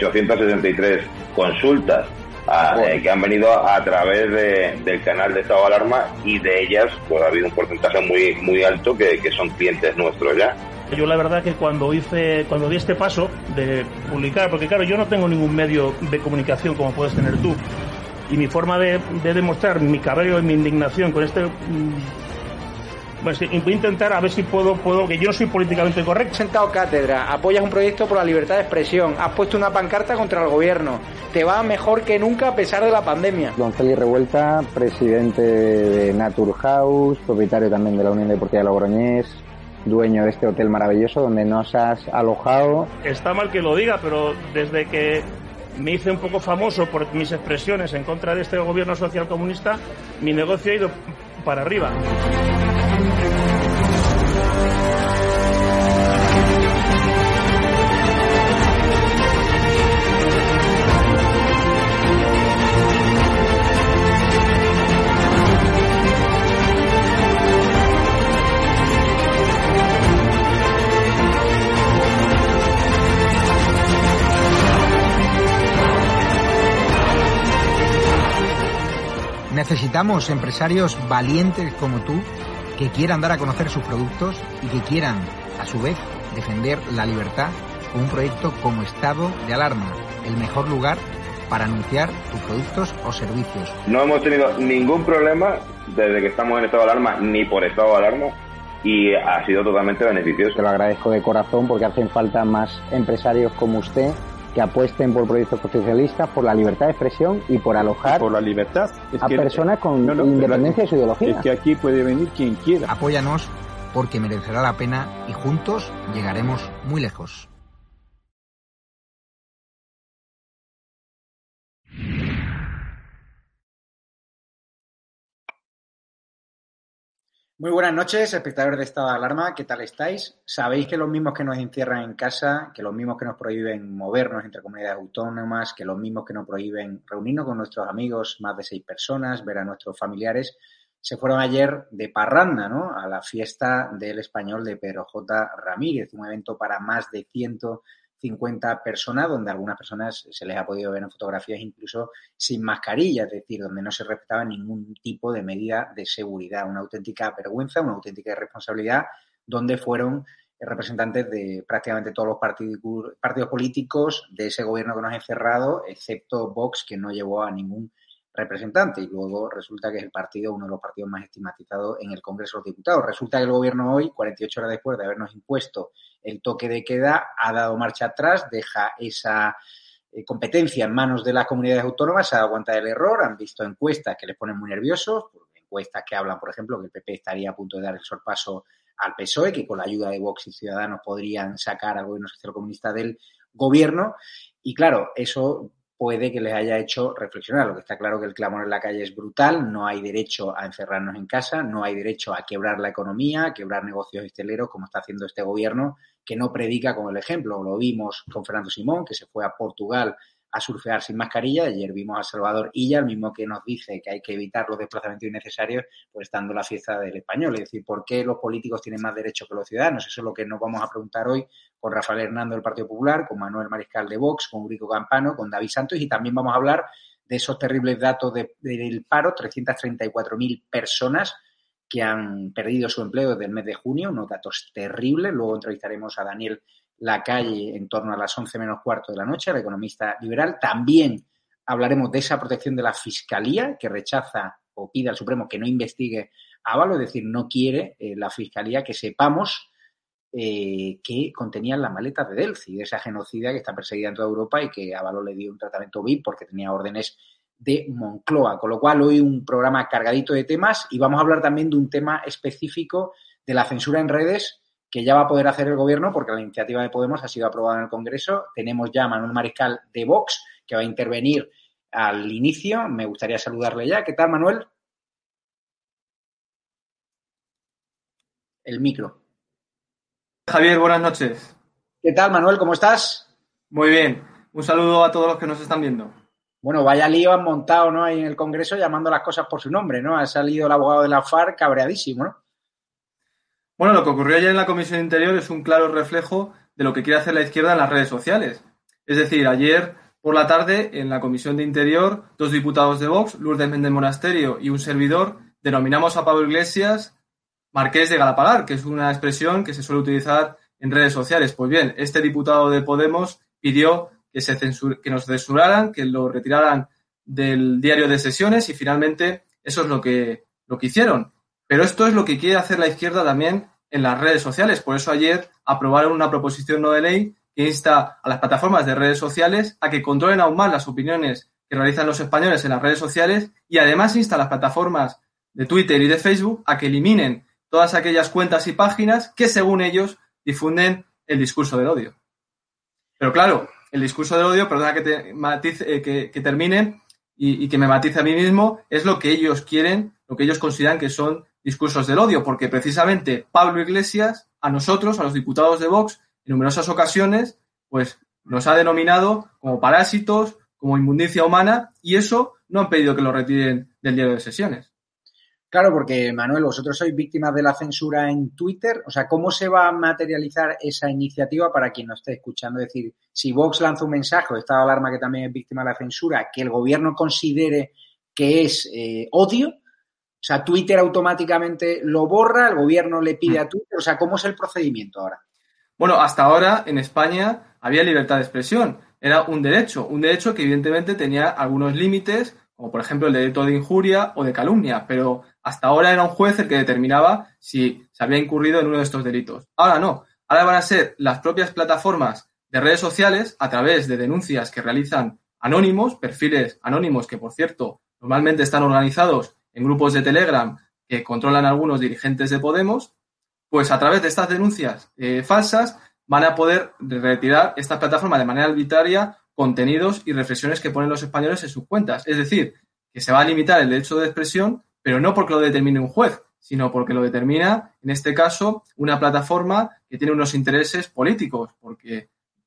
863 consultas que han venido a través del canal de estado de alarma, y de ellas pues ha habido un porcentaje muy muy alto que son clientes nuestros ya. Yo la verdad que cuando di este paso de publicar, porque claro, yo no tengo ningún medio de comunicación como puedes tener tú, y mi forma de demostrar mi cabreo y mi indignación con este... Pues voy a intentar a ver si puedo, que yo no soy políticamente correcto. Has sentado cátedra, apoyas un proyecto por la libertad de expresión, has puesto una pancarta contra el gobierno, te va mejor que nunca a pesar de la pandemia. Don Félix Revuelta, presidente de Naturhaus, propietario también de la Unión Deportiva de Logroñés, dueño de este hotel maravilloso donde nos has alojado. Está mal que lo diga, pero desde que me hice un poco famoso por mis expresiones en contra de este gobierno socialcomunista, mi negocio ha ido para arriba. Necesitamos empresarios valientes como tú, que quieran dar a conocer sus productos y que quieran, a su vez, defender la libertad con un proyecto como Estado de Alarma, el mejor lugar para anunciar tus productos o servicios. No hemos tenido ningún problema desde que estamos en estado de alarma, ni por estado de alarma, y ha sido totalmente beneficioso. Te lo agradezco de corazón, porque hacen falta más empresarios como usted que apuesten por proyectos socialistas, por la libertad de expresión y por alojar por la libertad. A personas con independencia de su ideología. Es que aquí puede venir quien quiera. Apóyanos, porque merecerá la pena y juntos llegaremos muy lejos. Muy buenas noches, espectadores de Estado de Alarma, ¿qué tal estáis? Sabéis que los mismos que nos encierran en casa, que los mismos que nos prohíben movernos entre comunidades autónomas, que los mismos que nos prohíben reunirnos con nuestros amigos, más de 6 personas, ver a nuestros familiares, se fueron ayer de parranda, ¿no?, a la fiesta del español de Pedro J. Ramírez, un evento para más de 150 personas, donde a algunas personas se les ha podido ver en fotografías incluso sin mascarilla, es decir, donde no se respetaba ningún tipo de medida de seguridad. Una auténtica vergüenza, una auténtica irresponsabilidad, donde fueron representantes de prácticamente todos los partidos políticos de ese gobierno que nos ha encerrado, excepto Vox, que no llevó a ningún representante, y luego resulta que es uno de los partidos más estigmatizados en el Congreso de los Diputados. Resulta que el gobierno hoy, 48 horas después de habernos impuesto el toque de queda, ha dado marcha atrás, deja esa competencia en manos de las comunidades autónomas, se ha dado cuenta del error, han visto encuestas que les ponen muy nerviosos, encuestas que hablan, por ejemplo, que el PP estaría a punto de dar el sorpaso al PSOE, que con la ayuda de Vox y Ciudadanos podrían sacar al gobierno socialcomunista del gobierno, y claro, eso puede que les haya hecho reflexionar. Lo que está claro que el clamor en la calle es brutal, no hay derecho a encerrarnos en casa, no hay derecho a quebrar la economía, a quebrar negocios hosteleros como está haciendo este gobierno, que no predica con el ejemplo. Lo vimos con Fernando Simón, que se fue a Portugal a surfear sin mascarilla. Ayer vimos a Salvador Illa, el mismo que nos dice que hay que evitar los desplazamientos innecesarios, pues estando la fiesta del español. Es decir, ¿por qué los políticos tienen más derechos que los ciudadanos? Eso es lo que nos vamos a preguntar hoy con Rafael Hernando del Partido Popular, con Manuel Mariscal de Vox, con Eurico Campano, con David Santos, y también vamos a hablar de esos terribles datos del paro, 334.000 personas que han perdido su empleo desde el mes de junio, unos datos terribles. Luego entrevistaremos a Daniel Lacalle en torno a las 11 menos cuarto de la noche, el economista liberal. También hablaremos de esa protección de la Fiscalía, que rechaza o pide al Supremo que no investigue a Ábalos, es decir, no quiere la Fiscalía que sepamos que contenían las maletas de Delci, de esa genocida que está perseguida en toda Europa y que Ábalos le dio un tratamiento VIP porque tenía órdenes de Moncloa. Con lo cual, hoy un programa cargadito de temas, y vamos a hablar también de un tema específico de la censura en redes que ya va a poder hacer el gobierno porque la iniciativa de Podemos ha sido aprobada en el Congreso. Tenemos ya a Manuel Mariscal de Vox, que va a intervenir al inicio. Me gustaría saludarle ya. ¿Qué tal, Manuel? El micro. Javier, buenas noches. ¿Qué tal, Manuel? ¿Cómo estás? Muy bien. Un saludo a todos los que nos están viendo. Bueno, vaya lío han montado, ¿no?, ahí en el Congreso llamando las cosas por su nombre, ¿no? Ha salido el abogado de la FARC cabreadísimo, ¿no? Bueno, lo que ocurrió ayer en la Comisión de Interior es un claro reflejo de lo que quiere hacer la izquierda en las redes sociales. Es decir, ayer por la tarde, en la Comisión de Interior, 2 diputados de Vox, Lourdes Méndez Monasterio y un servidor, denominamos a Pablo Iglesias Marqués de Galapagar, que es una expresión que se suele utilizar en redes sociales. Pues bien, este diputado de Podemos pidió que nos censuraran, que lo retiraran del diario de sesiones y finalmente eso es lo que hicieron. Pero esto es lo que quiere hacer la izquierda también en las redes sociales. Por eso ayer aprobaron una proposición no de ley que insta a las plataformas de redes sociales a que controlen aún más las opiniones que realizan los españoles en las redes sociales y además insta a las plataformas de Twitter y de Facebook a que eliminen todas aquellas cuentas y páginas que, según ellos, difunden el discurso del odio. Pero claro, el discurso del odio, perdona que termine y que me matice a mí mismo, es lo que ellos quieren, lo que ellos consideran que son discursos del odio, porque precisamente Pablo Iglesias, a nosotros, a los diputados de Vox, en numerosas ocasiones, pues nos ha denominado como parásitos, como inmundicia humana, y eso no han pedido que lo retiren del diario de sesiones. Claro, porque, Manuel, vosotros sois víctimas de la censura en Twitter. O sea, ¿cómo se va a materializar esa iniciativa para quien nos esté escuchando? Es decir, si Vox lanza un mensaje, o estado de alarma que también es víctima de la censura, que el gobierno considere que es odio, o sea, Twitter automáticamente lo borra, el gobierno le pide a Twitter. O sea, ¿cómo es el procedimiento ahora? Bueno, hasta ahora en España había libertad de expresión. Era un derecho que evidentemente tenía algunos límites, como por ejemplo el delito de injuria o de calumnia, pero hasta ahora era un juez el que determinaba si se había incurrido en uno de estos delitos. Ahora no, ahora van a ser las propias plataformas de redes sociales, a través de denuncias que realizan anónimos, perfiles anónimos que, por cierto, normalmente están organizados en grupos de Telegram que controlan algunos dirigentes de Podemos, pues a través de estas denuncias falsas van a poder retirar estas plataformas de manera arbitraria contenidos y reflexiones que ponen los españoles en sus cuentas. Es decir, que se va a limitar el derecho de expresión, pero no porque lo determine un juez, sino porque lo determina, en este caso, una plataforma que tiene unos intereses políticos, porque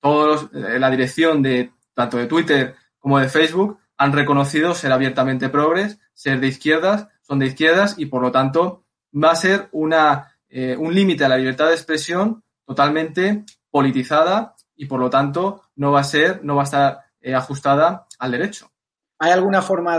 la dirección de tanto de Twitter como de Facebook han reconocido ser abiertamente progres, ser de izquierdas, son de izquierdas y, por lo tanto, va a ser un límite a la libertad de expresión totalmente politizada y, por lo tanto, no va a estar ajustada al derecho. ¿Hay alguna forma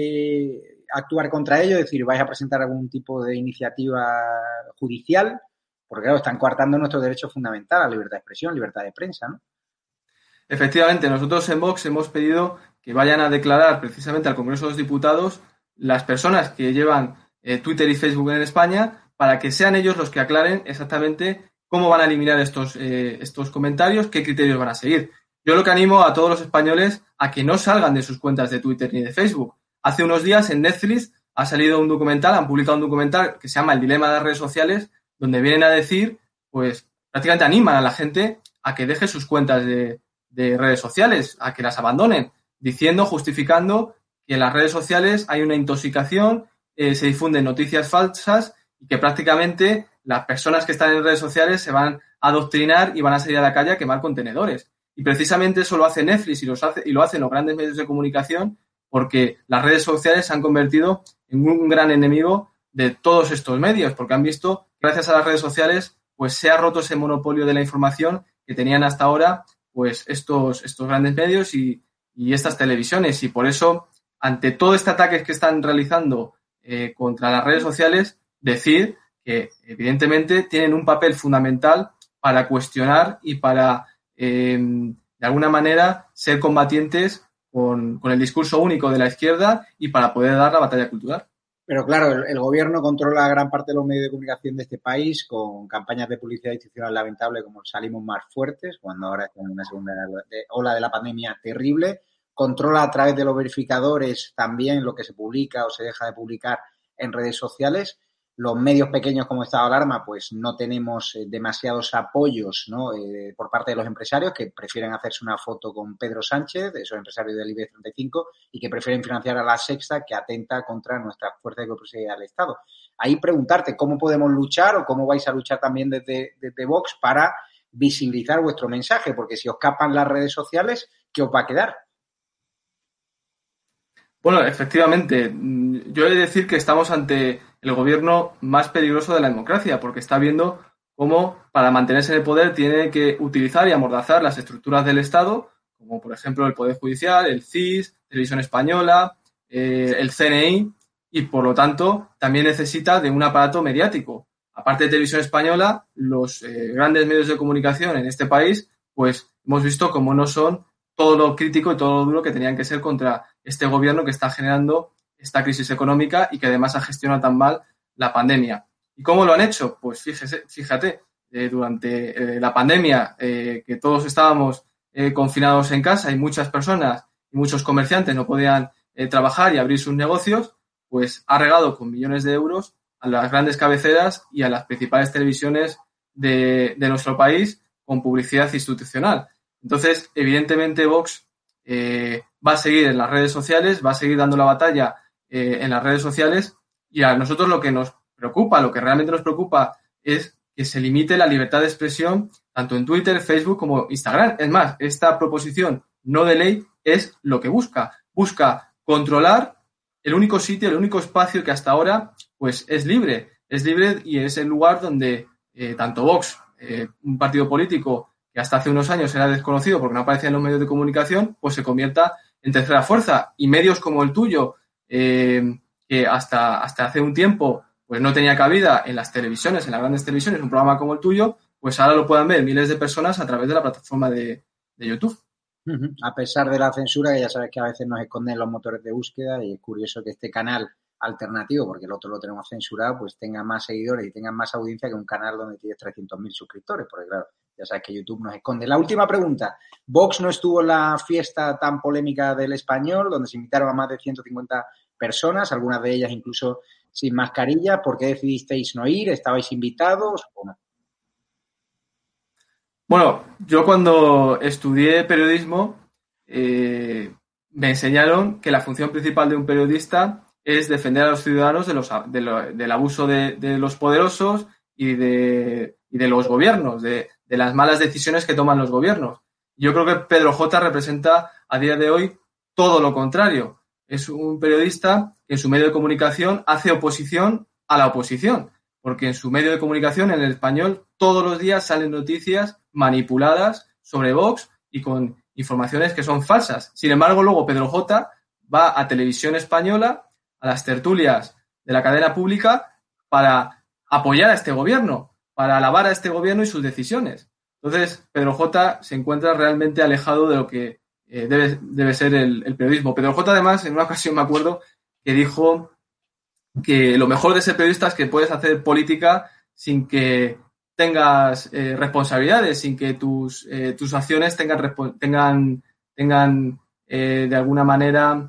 de actuar contra ello? Es decir, ¿vais a presentar algún tipo de iniciativa judicial? Porque, claro, están coartando nuestro derecho fundamental a libertad de expresión, libertad de prensa, ¿no? Efectivamente, nosotros en Vox hemos pedido que vayan a declarar precisamente al Congreso de los Diputados las personas que llevan Twitter y Facebook en España para que sean ellos los que aclaren exactamente cómo van a eliminar estos comentarios, qué criterios van a seguir. Yo lo que animo a todos los españoles a que no salgan de sus cuentas de Twitter ni de Facebook. Hace unos días en Netflix han publicado un documental que se llama El dilema de las redes sociales, donde vienen a decir, pues prácticamente animan a la gente a que deje sus cuentas de redes sociales, a que las abandonen, justificando que en las redes sociales hay una intoxicación, se difunden noticias falsas y que prácticamente las personas que están en redes sociales se van a adoctrinar y van a salir a la calle a quemar contenedores. Y precisamente eso lo hace Netflix y lo hacen los grandes medios de comunicación porque las redes sociales se han convertido en un gran enemigo de todos estos medios, porque han visto, gracias a las redes sociales, pues se ha roto ese monopolio de la información que tenían hasta ahora pues estos grandes medios y estas televisiones. Y por eso, ante todo este ataque que están realizando contra las redes sociales, decir que evidentemente tienen un papel fundamental para cuestionar y para, de alguna manera, ser combatientes con el discurso único de la izquierda y para poder dar la batalla cultural. Pero claro, el gobierno controla gran parte de los medios de comunicación de este país con campañas de publicidad institucional lamentable como Salimos Más Fuertes, cuando ahora estamos en una segunda ola de la pandemia terrible. Controla a través de los verificadores también lo que se publica o se deja de publicar en redes sociales. Los medios pequeños como Estado de Alarma pues no tenemos demasiados apoyos, ¿no? Por parte de los empresarios que prefieren hacerse una foto con Pedro Sánchez, esos empresarios del IBEX 35, y que prefieren financiar a La Sexta, que atenta contra nuestras fuerzas de presidencia del Estado. Ahí preguntarte cómo podemos luchar o cómo vais a luchar también desde Vox para visibilizar vuestro mensaje, porque si os capan las redes sociales, ¿qué os va a quedar? Bueno, efectivamente, yo he de decir que estamos ante el gobierno más peligroso de la democracia, porque está viendo cómo para mantenerse en el poder tiene que utilizar y amordazar las estructuras del Estado, como por ejemplo el Poder Judicial, el CIS, Televisión Española, el CNI, y por lo tanto también necesita de un aparato mediático. Aparte de Televisión Española, los grandes medios de comunicación en este país, pues hemos visto cómo no son todo lo crítico y todo lo duro que tenían que ser contra este gobierno que está generando esta crisis económica y que además ha gestionado tan mal la pandemia. ¿Y cómo lo han hecho? Pues fíjate, durante la pandemia, que todos estábamos confinados en casa y muchas personas y muchos comerciantes no podían trabajar y abrir sus negocios, pues ha regado con millones de euros a las grandes cabeceras y a las principales televisiones de nuestro país con publicidad institucional. Entonces, evidentemente, Vox va a seguir en las redes sociales, va a seguir dando la batalla en las redes sociales, y a nosotros lo que nos preocupa, lo que realmente nos preocupa es que se limite la libertad de expresión tanto en Twitter, Facebook como Instagram. Es más, esta proposición no de ley es lo que busca controlar el único sitio, el único espacio que hasta ahora pues es libre y es el lugar donde tanto Vox, un partido político que hasta hace unos años era desconocido porque no aparecía en los medios de comunicación, pues se convierta en tercera fuerza. Y medios como el tuyo, que hasta hace un tiempo pues no tenía cabida en las televisiones, en las grandes televisiones, un programa como el tuyo, pues ahora lo puedan ver miles de personas a través de la plataforma de YouTube. A pesar de la censura, que ya sabes que a veces nos esconden los motores de búsqueda, y es curioso que este canal alternativo, porque el otro lo tenemos censurado, pues tenga más seguidores y tenga más audiencia que un canal donde tienes 300.000 suscriptores, porque claro, ya sabes que YouTube nos esconde. La última pregunta: Vox no estuvo en la fiesta tan polémica del Español, donde se invitaron a más de 150 personas, algunas de ellas incluso sin mascarilla. ¿Por qué decidisteis no ir? ¿Estabais invitados o no? Bueno, yo cuando estudié periodismo me enseñaron que la función principal de un periodista es defender a los ciudadanos del abuso de los poderosos y de los gobiernos, de las malas decisiones que toman los gobiernos. Yo creo que Pedro J. representa a día de hoy todo lo contrario. Es un periodista que en su medio de comunicación hace oposición a la oposición, porque en su medio de comunicación, en El Español, todos los días salen noticias manipuladas sobre Vox y con informaciones que son falsas. Sin embargo, luego Pedro J. va a Televisión Española, a las tertulias de la cadena pública, para apoyar a este gobierno, para alabar a este gobierno y sus decisiones. Entonces, Pedro J. se encuentra realmente alejado de lo que debe ser el periodismo. Pedro J. además, en una ocasión me acuerdo que dijo que lo mejor de ser periodista es que puedes hacer política sin que tengas responsabilidades, sin que tus acciones tengan de alguna manera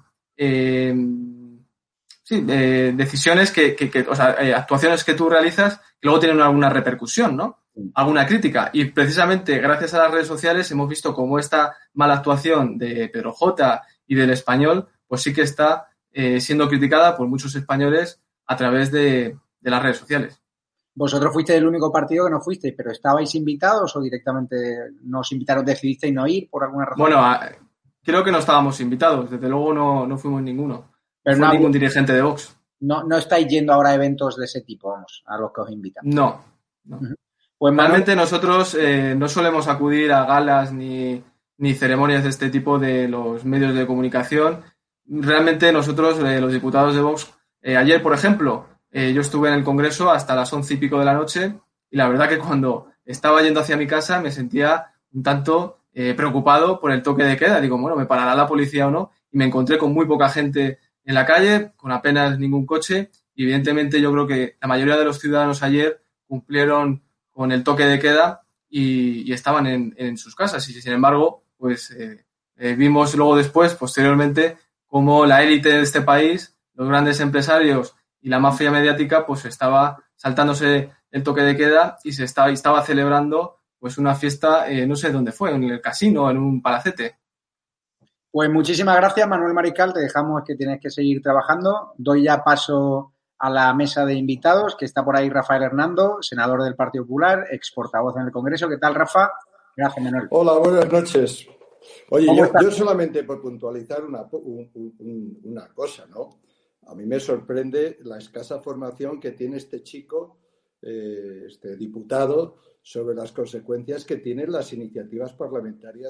decisiones actuaciones que tú realizas que luego tienen alguna repercusión, ¿no? Alguna crítica. Y precisamente gracias a las redes sociales hemos visto cómo esta mala actuación de Pedro J. y del Español pues sí que está siendo criticada por muchos españoles a través de las redes sociales. Vosotros fuisteis el único partido que no fuisteis, pero ¿estabais invitados o directamente nos invitaron, decidisteis no ir por alguna razón? Bueno, creo que no estábamos invitados, desde luego no fuimos ninguno. Pero no fue ningún dirigente de Vox. No estáis yendo ahora a eventos de ese tipo, vamos, a los que os invitan. No. Pues realmente nosotros no solemos acudir a galas ni ceremonias de este tipo de los medios de comunicación. Realmente nosotros, los diputados de Vox, ayer, por ejemplo, yo estuve en el Congreso hasta las 11:00 de la noche y la verdad que cuando estaba yendo hacia mi casa me sentía un tanto preocupado por el toque de queda. Digo, bueno, ¿me parará la policía o no? Y me encontré con muy poca gente en la calle, con apenas ningún coche, y evidentemente yo creo que la mayoría de los ciudadanos ayer cumplieron con el toque de queda y estaban en sus casas. Y sin embargo, pues vimos luego después, posteriormente, cómo la élite de este país, los grandes empresarios y la mafia mediática, pues estaba saltándose el toque de queda y estaba celebrando pues una fiesta, no sé dónde fue, en el casino, en un palacete. Pues muchísimas gracias, Manuel Mariscal. Te dejamos, que tienes que seguir trabajando. Doy ya paso a la mesa de invitados, que está por ahí Rafael Hernando, senador del Partido Popular, ex portavoz en el Congreso. ¿Qué tal, Rafa? Gracias, Manuel. Hola, buenas noches. Oye, yo solamente por puntualizar una cosa, ¿no? A mí me sorprende la escasa formación que tiene este chico, este diputado, sobre las consecuencias que tienen las iniciativas parlamentarias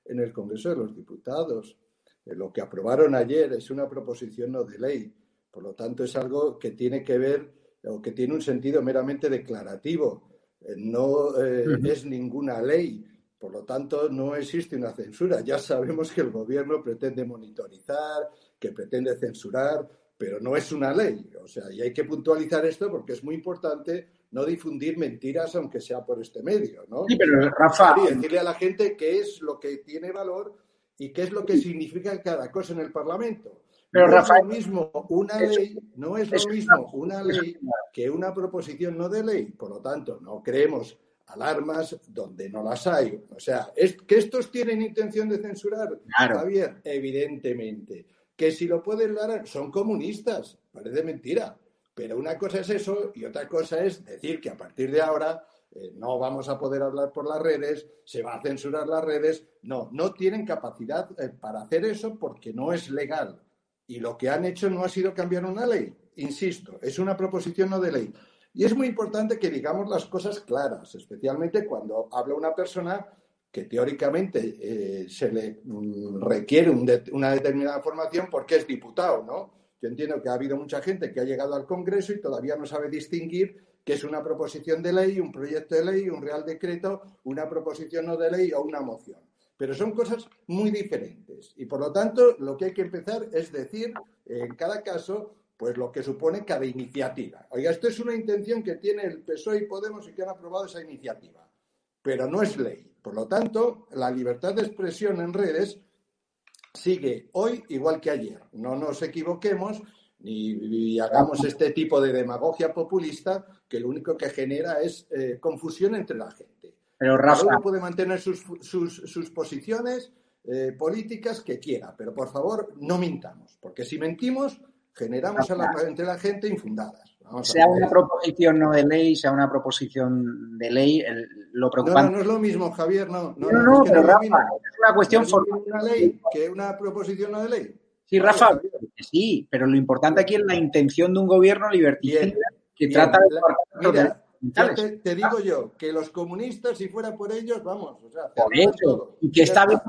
en el Congreso de los Diputados. Lo que aprobaron ayer es una proposición no de ley. Por lo tanto, es algo que tiene que ver o que tiene un sentido meramente declarativo. No es ninguna ley. Por lo tanto, no existe una censura. Ya sabemos que el gobierno pretende monitorizar, que pretende censurar, pero no es una ley. O sea, y hay que puntualizar esto porque es muy importante no difundir mentiras, aunque sea por este medio, ¿no? Sí, pero Rafa... Y decirle a la gente qué es lo que tiene valor y qué es lo que significa cada cosa en el Parlamento. Pero no Rafael, es lo mismo una ley, no es lo mismo una ley que una proposición no de ley. Por lo tanto, no creemos alarmas donde no las hay. O sea, ¿que estos tienen intención de censurar? Claro. Javier, evidentemente. Que si lo pueden dar, son comunistas. Parece mentira. Pero una cosa es eso y otra cosa es decir que a partir de ahora no vamos a poder hablar por las redes, se va a censurar las redes. No tienen capacidad para hacer eso porque no es legal. Y lo que han hecho no ha sido cambiar una ley. Insisto, es una proposición no de ley. Y es muy importante que digamos las cosas claras, especialmente cuando habla una persona que teóricamente se le requiere una determinada formación porque es diputado, ¿no? Yo entiendo que ha habido mucha gente que ha llegado al Congreso y todavía no sabe distinguir qué es una proposición de ley, un proyecto de ley, un real decreto, una proposición no de ley o una moción. Pero son cosas muy diferentes. Y, por lo tanto, lo que hay que empezar es decir, en cada caso, pues lo que supone cada iniciativa. Oiga, esto es una intención que tiene el PSOE y Podemos y que han aprobado esa iniciativa. Pero no es ley. Por lo tanto, la libertad de expresión en redes sigue hoy igual que ayer. No nos equivoquemos ni hagamos este tipo de demagogia populista que lo único que genera es confusión entre la gente. Pero Rafa... Cada uno puede mantener sus posiciones políticas que quiera, pero por favor no mintamos, porque si mentimos generamos entre la gente infundadas. Sea una proposición no de ley, sea una proposición de ley, lo preocupante... No es lo mismo, Javier, no, pero Rafa, es una cuestión formal. Una ley que una proposición no de ley. Sí, Rafa, sí, pero lo importante aquí es la intención de un gobierno liberticida que trata de... Mira, te digo yo, que los comunistas, si fuera por ellos, vamos, o sea, por eso, y que está bien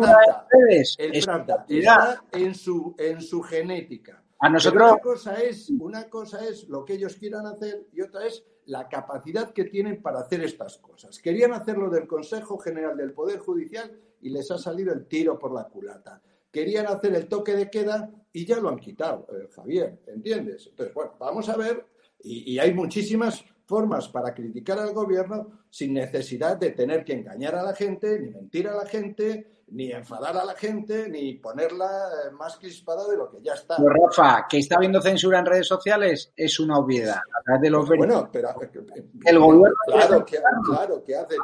el Fracta está en su genética. A nosotros... Una cosa es lo que ellos quieran hacer y otra es la capacidad que tienen para hacer estas cosas. Querían hacerlo del Consejo General del Poder Judicial y les ha salido el tiro por la culata. Querían hacer el toque de queda y ya lo han quitado, Javier, ¿entiendes? Entonces, bueno, vamos a ver, y hay muchísimas formas para criticar al gobierno sin necesidad de tener que engañar a la gente, ni mentir a la gente, ni enfadar a la gente, ni ponerla más crispada de lo que ya está. Pero Rafa, que está habiendo censura en redes sociales es una obviedad. A través de los bueno, pero el gobierno claro que hacen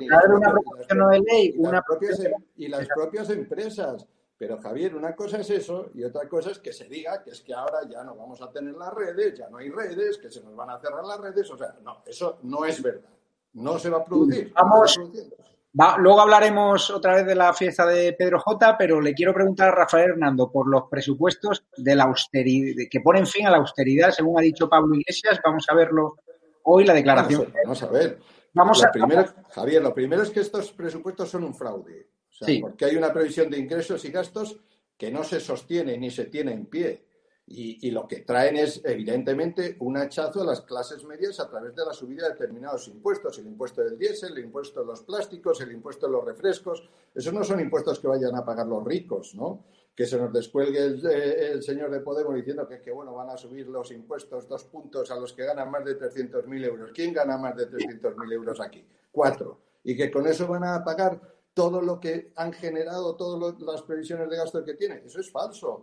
y las propias empresas. Pero Javier, una cosa es eso y otra cosa es que se diga que es que ahora ya no vamos a tener las redes, ya no hay redes, que se nos van a cerrar las redes. O sea, no, eso no es verdad. No se va a producir. Luego hablaremos otra vez de la fiesta de Pedro J, pero le quiero preguntar a Rafael Hernando por los presupuestos de la austeridad, que ponen fin a la austeridad, según ha dicho Pablo Iglesias. Vamos a verlo hoy, la declaración. Vamos a ver. Javier, lo primero es que estos presupuestos son un fraude. O sea, sí. Porque hay una previsión de ingresos y gastos que no se sostiene ni se tiene en pie. Y lo que traen es, evidentemente, un hachazo a las clases medias a través de la subida de determinados impuestos. El impuesto del diésel, el impuesto de los plásticos, el impuesto de los refrescos. Esos no son impuestos que vayan a pagar los ricos, ¿no? Que se nos descuelgue el señor de Podemos diciendo que bueno, van a subir los impuestos 2 puntos a los que ganan más de 300.000 euros. ¿Quién gana más de 300.000 euros aquí? 4. Y que con eso van a pagar todo lo que han generado, todas las previsiones de gasto que tienen. Eso es falso.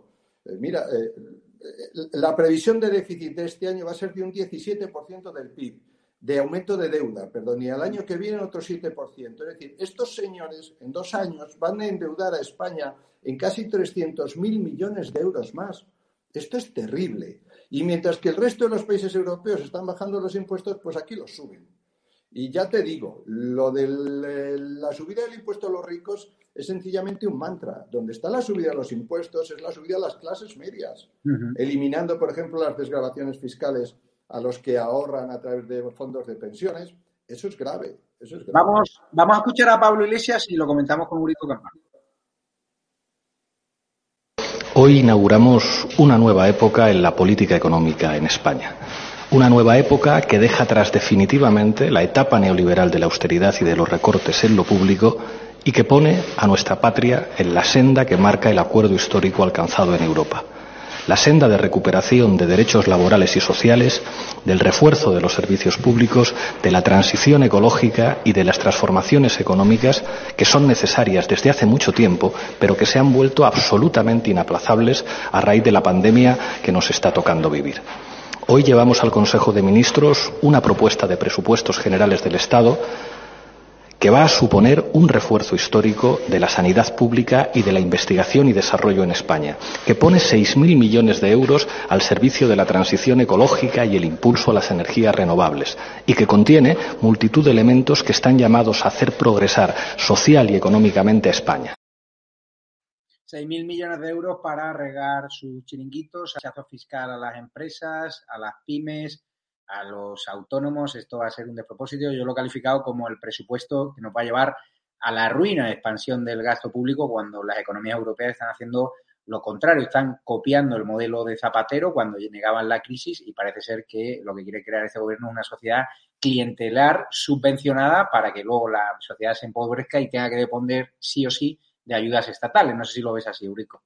La previsión de déficit de este año va a ser de un 17% del PIB, de aumento de deuda, y al año que viene otro 7%. Es decir, estos señores en 2 años van a endeudar a España en casi 300.000 millones de euros más. Esto es terrible. Y mientras que el resto de los países europeos están bajando los impuestos, pues aquí los suben. Y ya te digo, lo de la subida del impuesto a los ricos es sencillamente un mantra. Donde está la subida de los impuestos es la subida a las clases medias, eliminando, por ejemplo, las desgravaciones fiscales a los que ahorran a través de fondos de pensiones. Eso es grave. Vamos a escuchar a Pablo Iglesias y lo comentamos con Urico Campana. Hoy inauguramos una nueva época en la política económica en España. Una nueva época que deja atrás definitivamente la etapa neoliberal de la austeridad y de los recortes en lo público y que pone a nuestra patria en la senda que marca el acuerdo histórico alcanzado en Europa. La senda de recuperación de derechos laborales y sociales, del refuerzo de los servicios públicos, de la transición ecológica y de las transformaciones económicas que son necesarias desde hace mucho tiempo, pero que se han vuelto absolutamente inaplazables a raíz de la pandemia que nos está tocando vivir. Hoy llevamos al Consejo de Ministros una propuesta de presupuestos generales del Estado que va a suponer un refuerzo histórico de la sanidad pública y de la investigación y desarrollo en España, que pone 6.000 millones de euros al servicio de la transición ecológica y el impulso a las energías renovables, y que contiene multitud de elementos que están llamados a hacer progresar social y económicamente a España. 6.000 millones de euros para regar sus chiringuitos, rechazo fiscal a las empresas, a las pymes, a los autónomos. Esto va a ser un despropósito. Yo lo he calificado como el presupuesto que nos va a llevar a la ruina de expansión del gasto público cuando las economías europeas están haciendo lo contrario. Están copiando el modelo de Zapatero cuando negaban la crisis y parece ser que lo que quiere crear este gobierno es una sociedad clientelar subvencionada para que luego la sociedad se empobrezca y tenga que depender sí o sí de ayudas estatales. No sé si lo ves así, Eurico.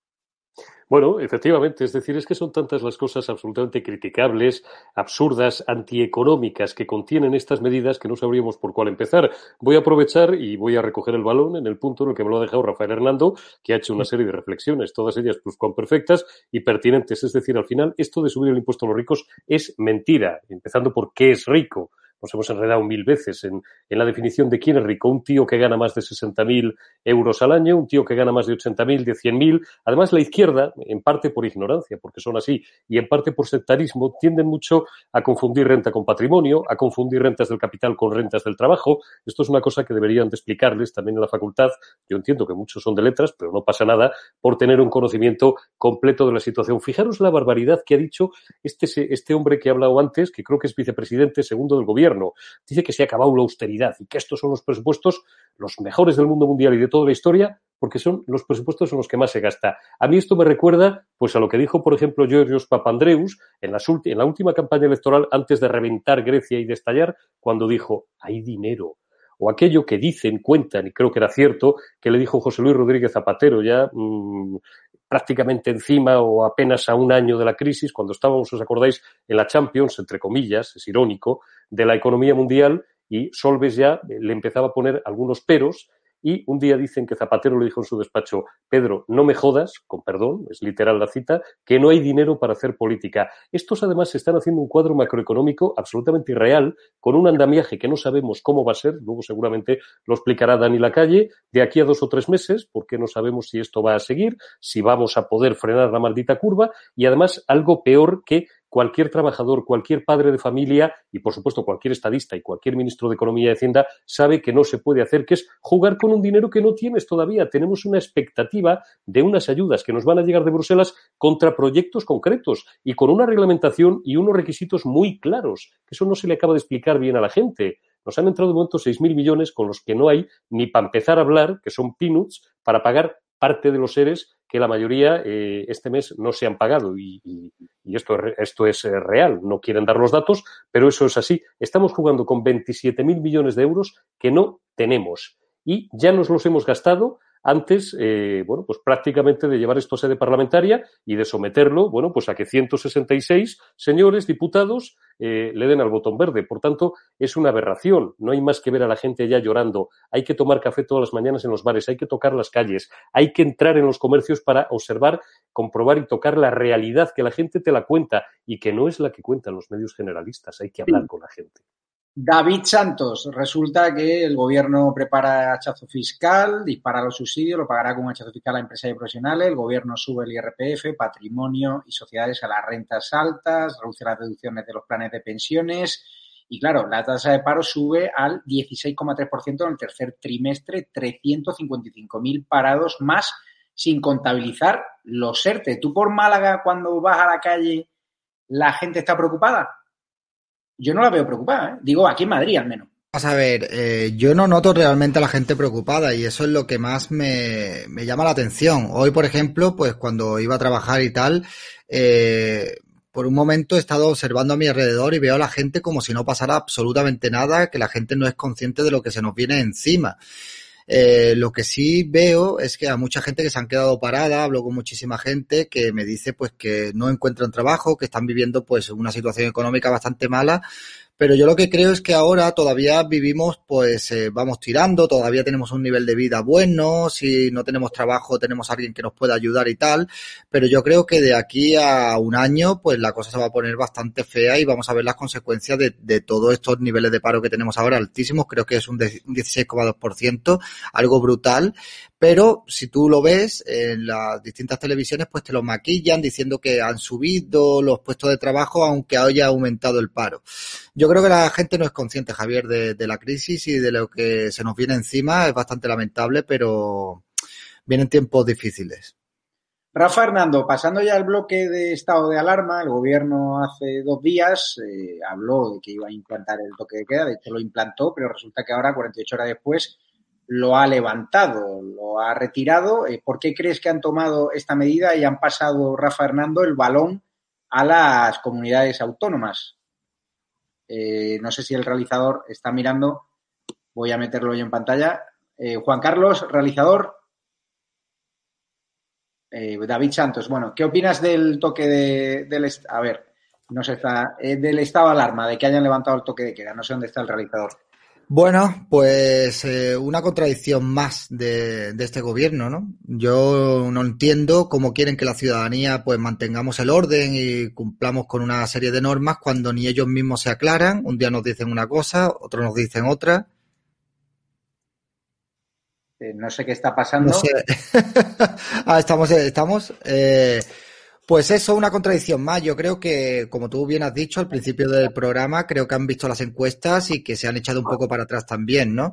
Bueno, efectivamente, es decir, es que son tantas las cosas absolutamente criticables, absurdas, antieconómicas que contienen estas medidas que no sabríamos por cuál empezar. Voy a aprovechar y voy a recoger el balón en el punto en el que me lo ha dejado Rafael Hernando, que ha hecho una serie de reflexiones, todas ellas pluscuamperfectas y pertinentes. Es decir, al final, esto de subir el impuesto a los ricos es mentira, empezando por qué es rico. Nos hemos enredado 1000 veces en la definición de quién es rico. Un tío que gana más de 60.000 euros al año, un tío que gana más de 80.000, de 100.000. Además, la izquierda, en parte por ignorancia, porque son así, y en parte por sectarismo, tienden mucho a confundir renta con patrimonio, a confundir rentas del capital con rentas del trabajo. Esto es una cosa que deberían de explicarles también en la facultad. Yo entiendo que muchos son de letras, pero no pasa nada por tener un conocimiento completo de la situación. Fijaros la barbaridad que ha dicho este hombre que ha hablado antes, que creo que es vicepresidente segundo del gobierno. Dice que se ha acabado la austeridad y que estos son los presupuestos los mejores del mundo mundial y de toda la historia porque son los presupuestos en los que más se gasta. A mí esto me recuerda pues a lo que dijo, por ejemplo, Georgios Papandreou en la última campaña electoral antes de reventar Grecia y de estallar, cuando dijo, hay dinero. O aquello que dicen, cuentan, y creo que era cierto, que le dijo José Luis Rodríguez Zapatero ya prácticamente encima o apenas a un año de la crisis, cuando estábamos, os acordáis, en la Champions, entre comillas, es irónico, de la economía mundial, y Solbes ya le empezaba a poner algunos peros, y un día dicen que Zapatero le dijo en su despacho, Pedro, no me jodas, con perdón, es literal la cita, que no hay dinero para hacer política. Estos además están haciendo un cuadro macroeconómico absolutamente irreal, con un andamiaje que no sabemos cómo va a ser, luego seguramente lo explicará Dani Lacalle, de aquí a 2 o 3 meses, porque no sabemos si esto va a seguir, si vamos a poder frenar la maldita curva, y además algo peor que cualquier trabajador, cualquier padre de familia y, por supuesto, cualquier estadista y cualquier ministro de Economía y Hacienda sabe que no se puede hacer, que es jugar con un dinero que no tienes todavía. Tenemos una expectativa de unas ayudas que nos van a llegar de Bruselas contra proyectos concretos y con una reglamentación y unos requisitos muy claros. Eso no se le acaba de explicar bien a la gente. Nos han entrado de momento 6.000 millones con los que no hay ni para empezar a hablar, que son peanuts, para pagar parte de los seres que la mayoría este mes no se han pagado y esto es real. No quieren dar los datos, pero eso es así. Estamos jugando con 27.000 millones de euros que no tenemos y ya nos los hemos gastado antes, pues prácticamente de llevar esto a sede parlamentaria y de someterlo, pues a que 166 señores diputados le den al botón verde. Por tanto, es una aberración. No hay más que ver a la gente ya llorando. Hay que tomar café todas las mañanas en los bares, hay que tocar las calles, hay que entrar en los comercios para observar, comprobar y tocar la realidad que la gente te la cuenta y que no es la que cuentan los medios generalistas. Hay que hablar con la gente. David Santos, resulta que el gobierno prepara hachazo fiscal, dispara los subsidios, lo pagará con un hachazo fiscal a empresas y profesionales, el gobierno sube el IRPF, patrimonio y sociedades a las rentas altas, reduce las deducciones de los planes de pensiones y, claro, la tasa de paro sube al 16,3% en el tercer trimestre, 355.000 parados más sin contabilizar los ERTE. ¿Tú por Málaga cuando vas a la calle la gente está preocupada? Yo no la veo preocupada, ¿eh? Digo, aquí en Madrid al menos. Vamos a ver, yo no noto realmente a la gente preocupada y eso es lo que más me llama la atención. Hoy, por ejemplo, pues cuando iba a trabajar y tal, por un momento he estado observando a mi alrededor y veo a la gente como si no pasara absolutamente nada, que la gente no es consciente de lo que se nos viene encima. Lo que sí veo es que a mucha gente que se han quedado parada, hablo con muchísima gente que me dice pues que no encuentran trabajo, que están viviendo pues una situación económica bastante mala, pero yo lo que creo es que ahora todavía vivimos pues vamos tirando, todavía tenemos un nivel de vida bueno, si no tenemos trabajo tenemos a alguien que nos pueda ayudar y tal, pero yo creo que de aquí a un año pues la cosa se va a poner bastante fea y vamos a ver las consecuencias de todos estos niveles de paro que tenemos ahora altísimos, creo que es un 16,2%, algo brutal, pero si tú lo ves en las distintas televisiones pues te lo maquillan diciendo que han subido los puestos de trabajo aunque haya aumentado el paro. Yo creo que la gente no es consciente, Javier, de la crisis y de lo que se nos viene encima, es bastante lamentable, pero vienen tiempos difíciles. Rafa Hernando, pasando ya al bloque de estado de alarma, el gobierno hace 2 días habló de que iba a implantar el toque de queda, de hecho lo implantó, pero resulta que ahora, 48 horas después, lo ha levantado, lo ha retirado. ¿Por qué crees que han tomado esta medida y han pasado, Rafa Hernando, el balón a las comunidades autónomas? No sé si el realizador está mirando, voy a meterlo yo en pantalla. Juan Carlos, realizador. David Santos, bueno, ¿qué opinas del toque del estado de alarma, de que hayan levantado el toque de queda? No sé dónde está el realizador. Bueno, pues una contradicción más de este gobierno, ¿no? Yo no entiendo cómo quieren que la ciudadanía pues mantengamos el orden y cumplamos con una serie de normas cuando ni ellos mismos se aclaran. Un día nos dicen una cosa, otros nos dicen otra. No sé qué está pasando. No sé. Estamos. Pues eso, una contradicción más. Yo creo que, como tú bien has dicho al principio del programa, creo que han visto las encuestas y que se han echado un poco para atrás también, ¿no?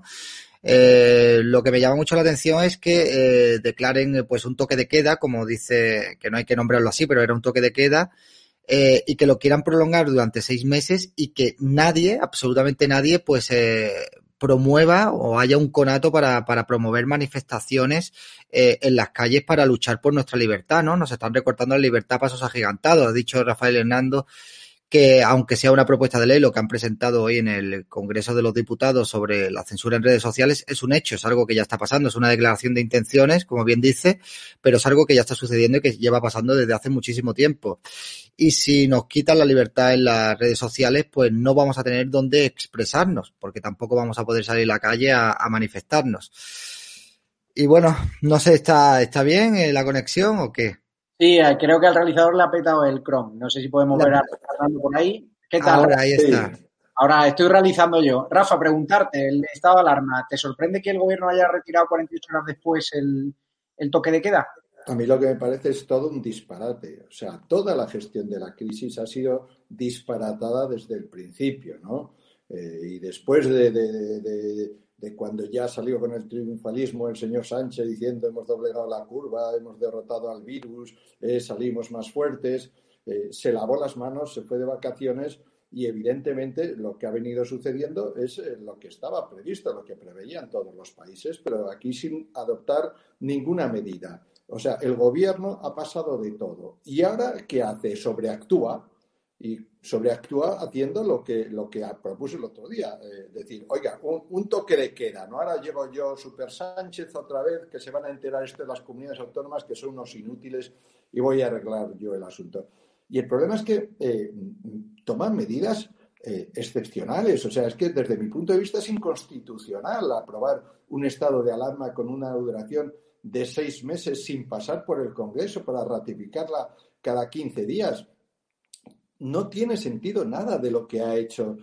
Lo que me llama mucho la atención es que declaren pues un toque de queda, como dice, que no hay que nombrarlo así, pero era un toque de queda, y que lo quieran prolongar durante 6 meses y que nadie, absolutamente nadie, pues promueva o haya un conato para promover manifestaciones en las calles para luchar por nuestra libertad, ¿no? Nos están recortando la libertad a pasos agigantados. Ha dicho Rafael Hernando que, aunque sea una propuesta de ley, lo que han presentado hoy en el Congreso de los Diputados sobre la censura en redes sociales es un hecho, es algo que ya está pasando, es una declaración de intenciones, como bien dice, pero es algo que ya está sucediendo y que lleva pasando desde hace muchísimo tiempo. Y si nos quitan la libertad en las redes sociales, pues no vamos a tener dónde expresarnos, porque tampoco vamos a poder salir a la calle a manifestarnos. Y bueno, no sé, ¿está bien la conexión o qué? Sí, creo que al realizador le ha petado el Chrome. No sé si podemos ver a Fernando por ahí. ¿Qué tal? Ahora, ahí está. Sí. Ahora estoy realizando yo. Rafa, preguntarte, el estado de alarma, ¿te sorprende que el gobierno haya retirado 48 horas después el toque de queda? A mí lo que me parece es todo un disparate. O sea, toda la gestión de la crisis ha sido disparatada desde el principio, ¿no? Y después de cuando ya salió con el triunfalismo el señor Sánchez diciendo hemos doblegado la curva, hemos derrotado al virus, salimos más fuertes, se lavó las manos, se fue de vacaciones y evidentemente lo que ha venido sucediendo es lo que estaba previsto, lo que preveían todos los países, pero aquí sin adoptar ninguna medida. O sea, el gobierno ha pasado de todo. ¿Y ahora qué hace? Sobreactúa. Y sobreactúa haciendo lo que propuso el otro día. Decir, oiga, un toque de queda, ¿no? Ahora llego yo, Super Sánchez, otra vez, que se van a enterar esto de las comunidades autónomas, que son unos inútiles, y voy a arreglar yo el asunto. Y el problema es que toman medidas excepcionales. O sea, es que desde mi punto de vista es inconstitucional aprobar un estado de alarma con una duración de 6 meses sin pasar por el Congreso para ratificarla cada 15 días. No tiene sentido nada de lo que ha hecho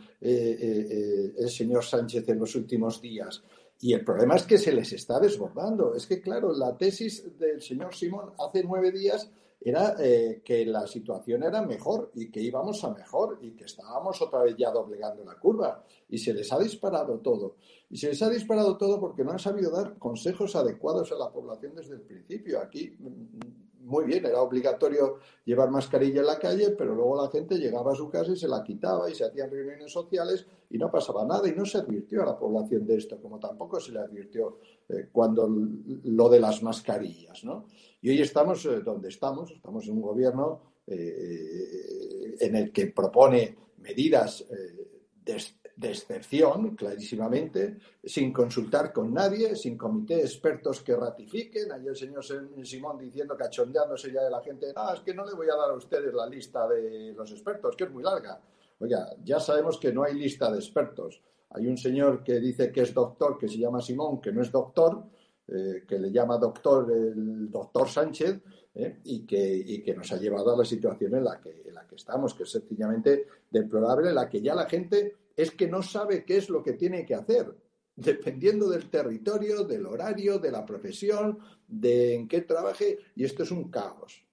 el señor Sánchez en los últimos días. Y el problema es que se les está desbordando. Es que, claro, la tesis del señor Simón hace 9 días era que la situación era mejor y que íbamos a mejor y que estábamos otra vez ya doblegando la curva. Y se les ha disparado todo. Y se les ha disparado todo porque no han sabido dar consejos adecuados a la población desde el principio. Aquí muy bien, era obligatorio llevar mascarilla en la calle, pero luego la gente llegaba a su casa y se la quitaba y se hacían reuniones sociales y no pasaba nada y no se advirtió a la población de esto, como tampoco se le advirtió cuando lo de las mascarillas, ¿no? Y hoy estamos donde estamos en un gobierno en el que propone medidas de excepción, clarísimamente, sin consultar con nadie, sin comité de expertos que ratifiquen. Ayer el señor Simón diciendo, cachondeándose ya de la gente, es que no le voy a dar a ustedes la lista de los expertos, que es muy larga. Oiga, ya sabemos que no hay lista de expertos. Hay un señor que dice que es doctor, que se llama Simón, que no es doctor, que le llama doctor el doctor Sánchez, y que nos ha llevado a la situación en la que estamos, que es sencillamente deplorable, en la que ya la gente es que no sabe qué es lo que tiene que hacer, dependiendo del territorio, del horario, de la profesión, de en qué trabaje, y esto es un caos.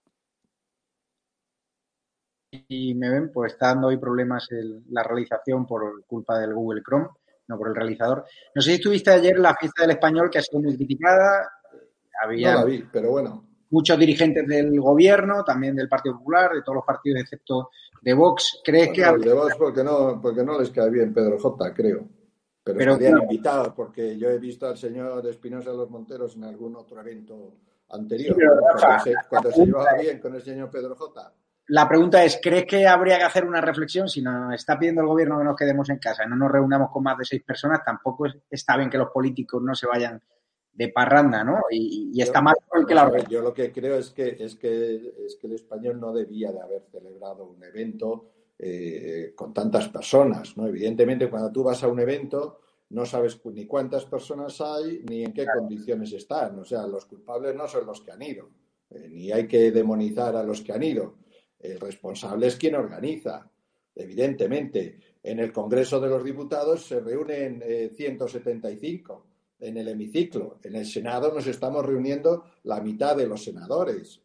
Y me ven, pues está dando hoy problemas la realización por culpa del Google Chrome, no por el realizador. No sé si estuviste ayer en la fiesta del Español, que ha sido muy criticada. Había no la vi, pero bueno. Muchos dirigentes del gobierno, también del Partido Popular, de todos los partidos excepto de Vox. ¿Crees que de Vox porque no les cae bien Pedro J, creo. Pero estarían invitados, porque yo he visto al señor Espinosa de los Monteros en algún otro evento anterior, sí, cuando se llevaba bien con el señor Pedro J. La pregunta es, ¿crees que habría que hacer una reflexión? Si nos está pidiendo el gobierno que nos quedemos en casa y no nos reunamos con más de 6 personas, tampoco está bien que los políticos no se vayan de parranda, ¿no? Y está mal que la... Yo lo que creo es que el Español no debía de haber celebrado un evento con tantas personas, ¿no? Evidentemente, cuando tú vas a un evento no sabes ni cuántas personas hay ni en qué condiciones están. O sea, los culpables no son los que han ido, ni hay que demonizar a los que han ido. El responsable es quien organiza. Evidentemente, en el Congreso de los Diputados se reúnen 175 en el hemiciclo. En el Senado nos estamos reuniendo la mitad de los senadores.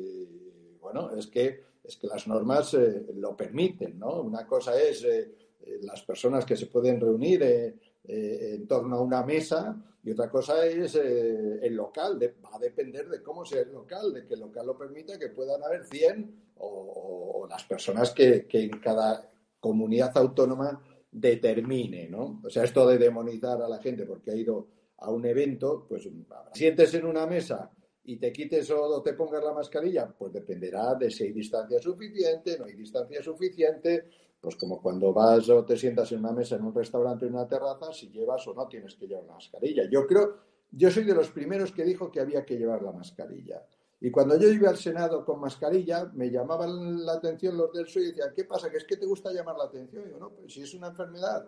Bueno, es que las normas lo permiten, ¿no? Una cosa es las personas que se pueden reunir en torno a una mesa y otra cosa es el local. Va a depender de cómo sea el local, de que el local lo permita, que puedan haber 100 o las personas que en cada comunidad autónoma determine, ¿no? O sea, esto de demonizar a la gente porque ha ido a un evento, pues sientes en una mesa y te quites o te pongas la mascarilla, pues dependerá de si hay distancia suficiente, no hay distancia suficiente, pues como cuando vas o te sientas en una mesa en un restaurante o en una terraza, si llevas o no tienes que llevar la mascarilla. Yo soy de los primeros que dijo que había que llevar la mascarilla. Y cuando yo iba al Senado con mascarilla, me llamaban la atención los del PSOE y decían, ¿qué pasa? ¿Que es que te gusta llamar la atención? Y digo, no, pues si es una enfermedad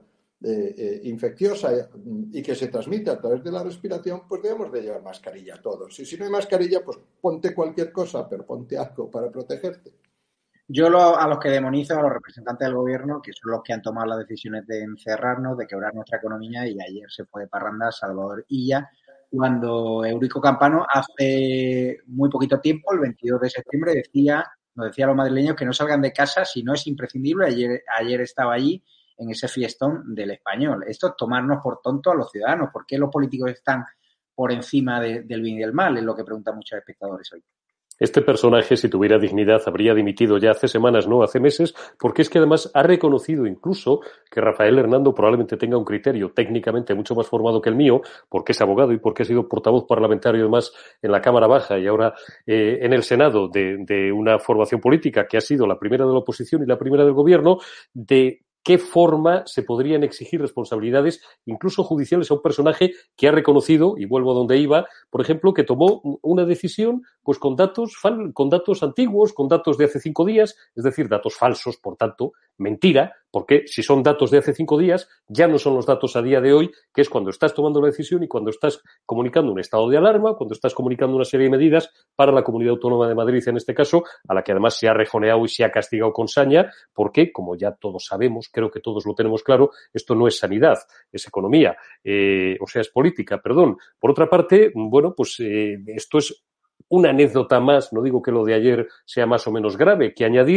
infecciosa y que se transmite a través de la respiración, pues debemos de llevar mascarilla todos. Y si no hay mascarilla, pues ponte cualquier cosa, pero ponte algo para protegerte. Yo a los que demonizo, a los representantes del gobierno, que son los que han tomado las decisiones de encerrarnos, de quebrar nuestra economía, y ayer se fue de parranda Salvador Illa, cuando Eurico Campano hace muy poquito tiempo, el 22 de septiembre, nos decía a los madrileños que no salgan de casa si no es imprescindible. Ayer estaba allí en ese fiestón del Español. Esto es tomarnos por tontos a los ciudadanos. ¿Por qué los políticos están por encima del bien y del mal? Es lo que preguntan muchos espectadores hoy. Este personaje, si tuviera dignidad, habría dimitido ya hace semanas, no hace meses, porque es que además ha reconocido incluso que Rafael Hernando probablemente tenga un criterio técnicamente mucho más formado que el mío, porque es abogado y porque ha sido portavoz parlamentario además en la Cámara Baja y ahora en el Senado de una formación política que ha sido la primera de la oposición y la primera del gobierno, de qué forma se podrían exigir responsabilidades, incluso judiciales, a un personaje que ha reconocido, y vuelvo a donde iba, por ejemplo, que tomó una decisión pues con datos antiguos, con datos de hace 5 días, es decir, datos falsos, por tanto, mentira, porque si son datos de hace 5 días, ya no son los datos a día de hoy, que es cuando estás tomando la decisión y cuando estás comunicando un estado de alarma, cuando estás comunicando una serie de medidas para la Comunidad Autónoma de Madrid, en este caso, a la que además se ha rejoneado y se ha castigado con saña, porque, como ya todos sabemos, creo que todos lo tenemos claro, esto no es sanidad, es economía, o sea, es política, perdón. Por otra parte, bueno, pues esto es una anécdota más, no digo que lo de ayer sea más o menos grave, que añadir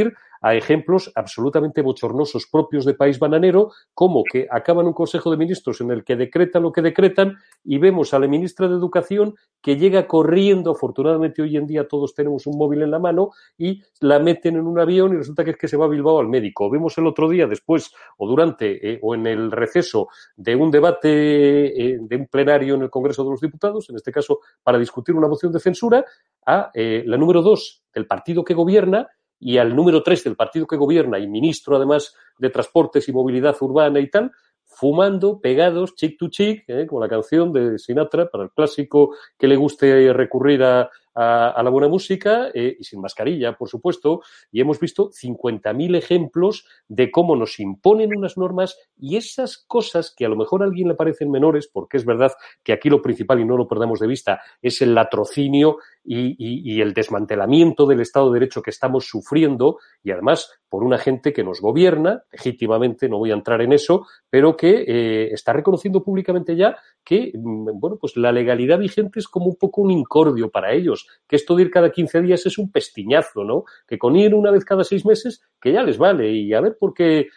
a ejemplos absolutamente bochornosos propios de país bananero, como que acaban un Consejo de Ministros en el que decretan lo que decretan y vemos a la ministra de Educación que llega corriendo, afortunadamente hoy en día todos tenemos un móvil en la mano, y la meten en un avión y resulta que es que se va a Bilbao al médico. Vemos el otro día, después o durante o en el receso de un debate, de un plenario en el Congreso de los Diputados, en este caso para discutir una moción de censura, a la número 2 del partido que gobierna y al número 3 del partido que gobierna y ministro además de Transportes y Movilidad Urbana y tal, fumando, pegados, chick to chick, con la canción de Sinatra, para el clásico que le guste recurrir a la buena música, y sin mascarilla, por supuesto, y hemos visto 50.000 ejemplos de cómo nos imponen unas normas y esas cosas que a lo mejor a alguien le parecen menores, porque es verdad que aquí lo principal, y no lo perdamos de vista, es el latrocinio y el desmantelamiento del Estado de Derecho que estamos sufriendo, y además por una gente que nos gobierna, legítimamente, no voy a entrar en eso, pero que está reconociendo públicamente ya que, bueno, pues la legalidad vigente es como un poco un incordio para ellos, que esto de ir cada 15 días es un pestiñazo, ¿no? Que con ir una vez cada 6 meses, que ya les vale. Y a ver por qué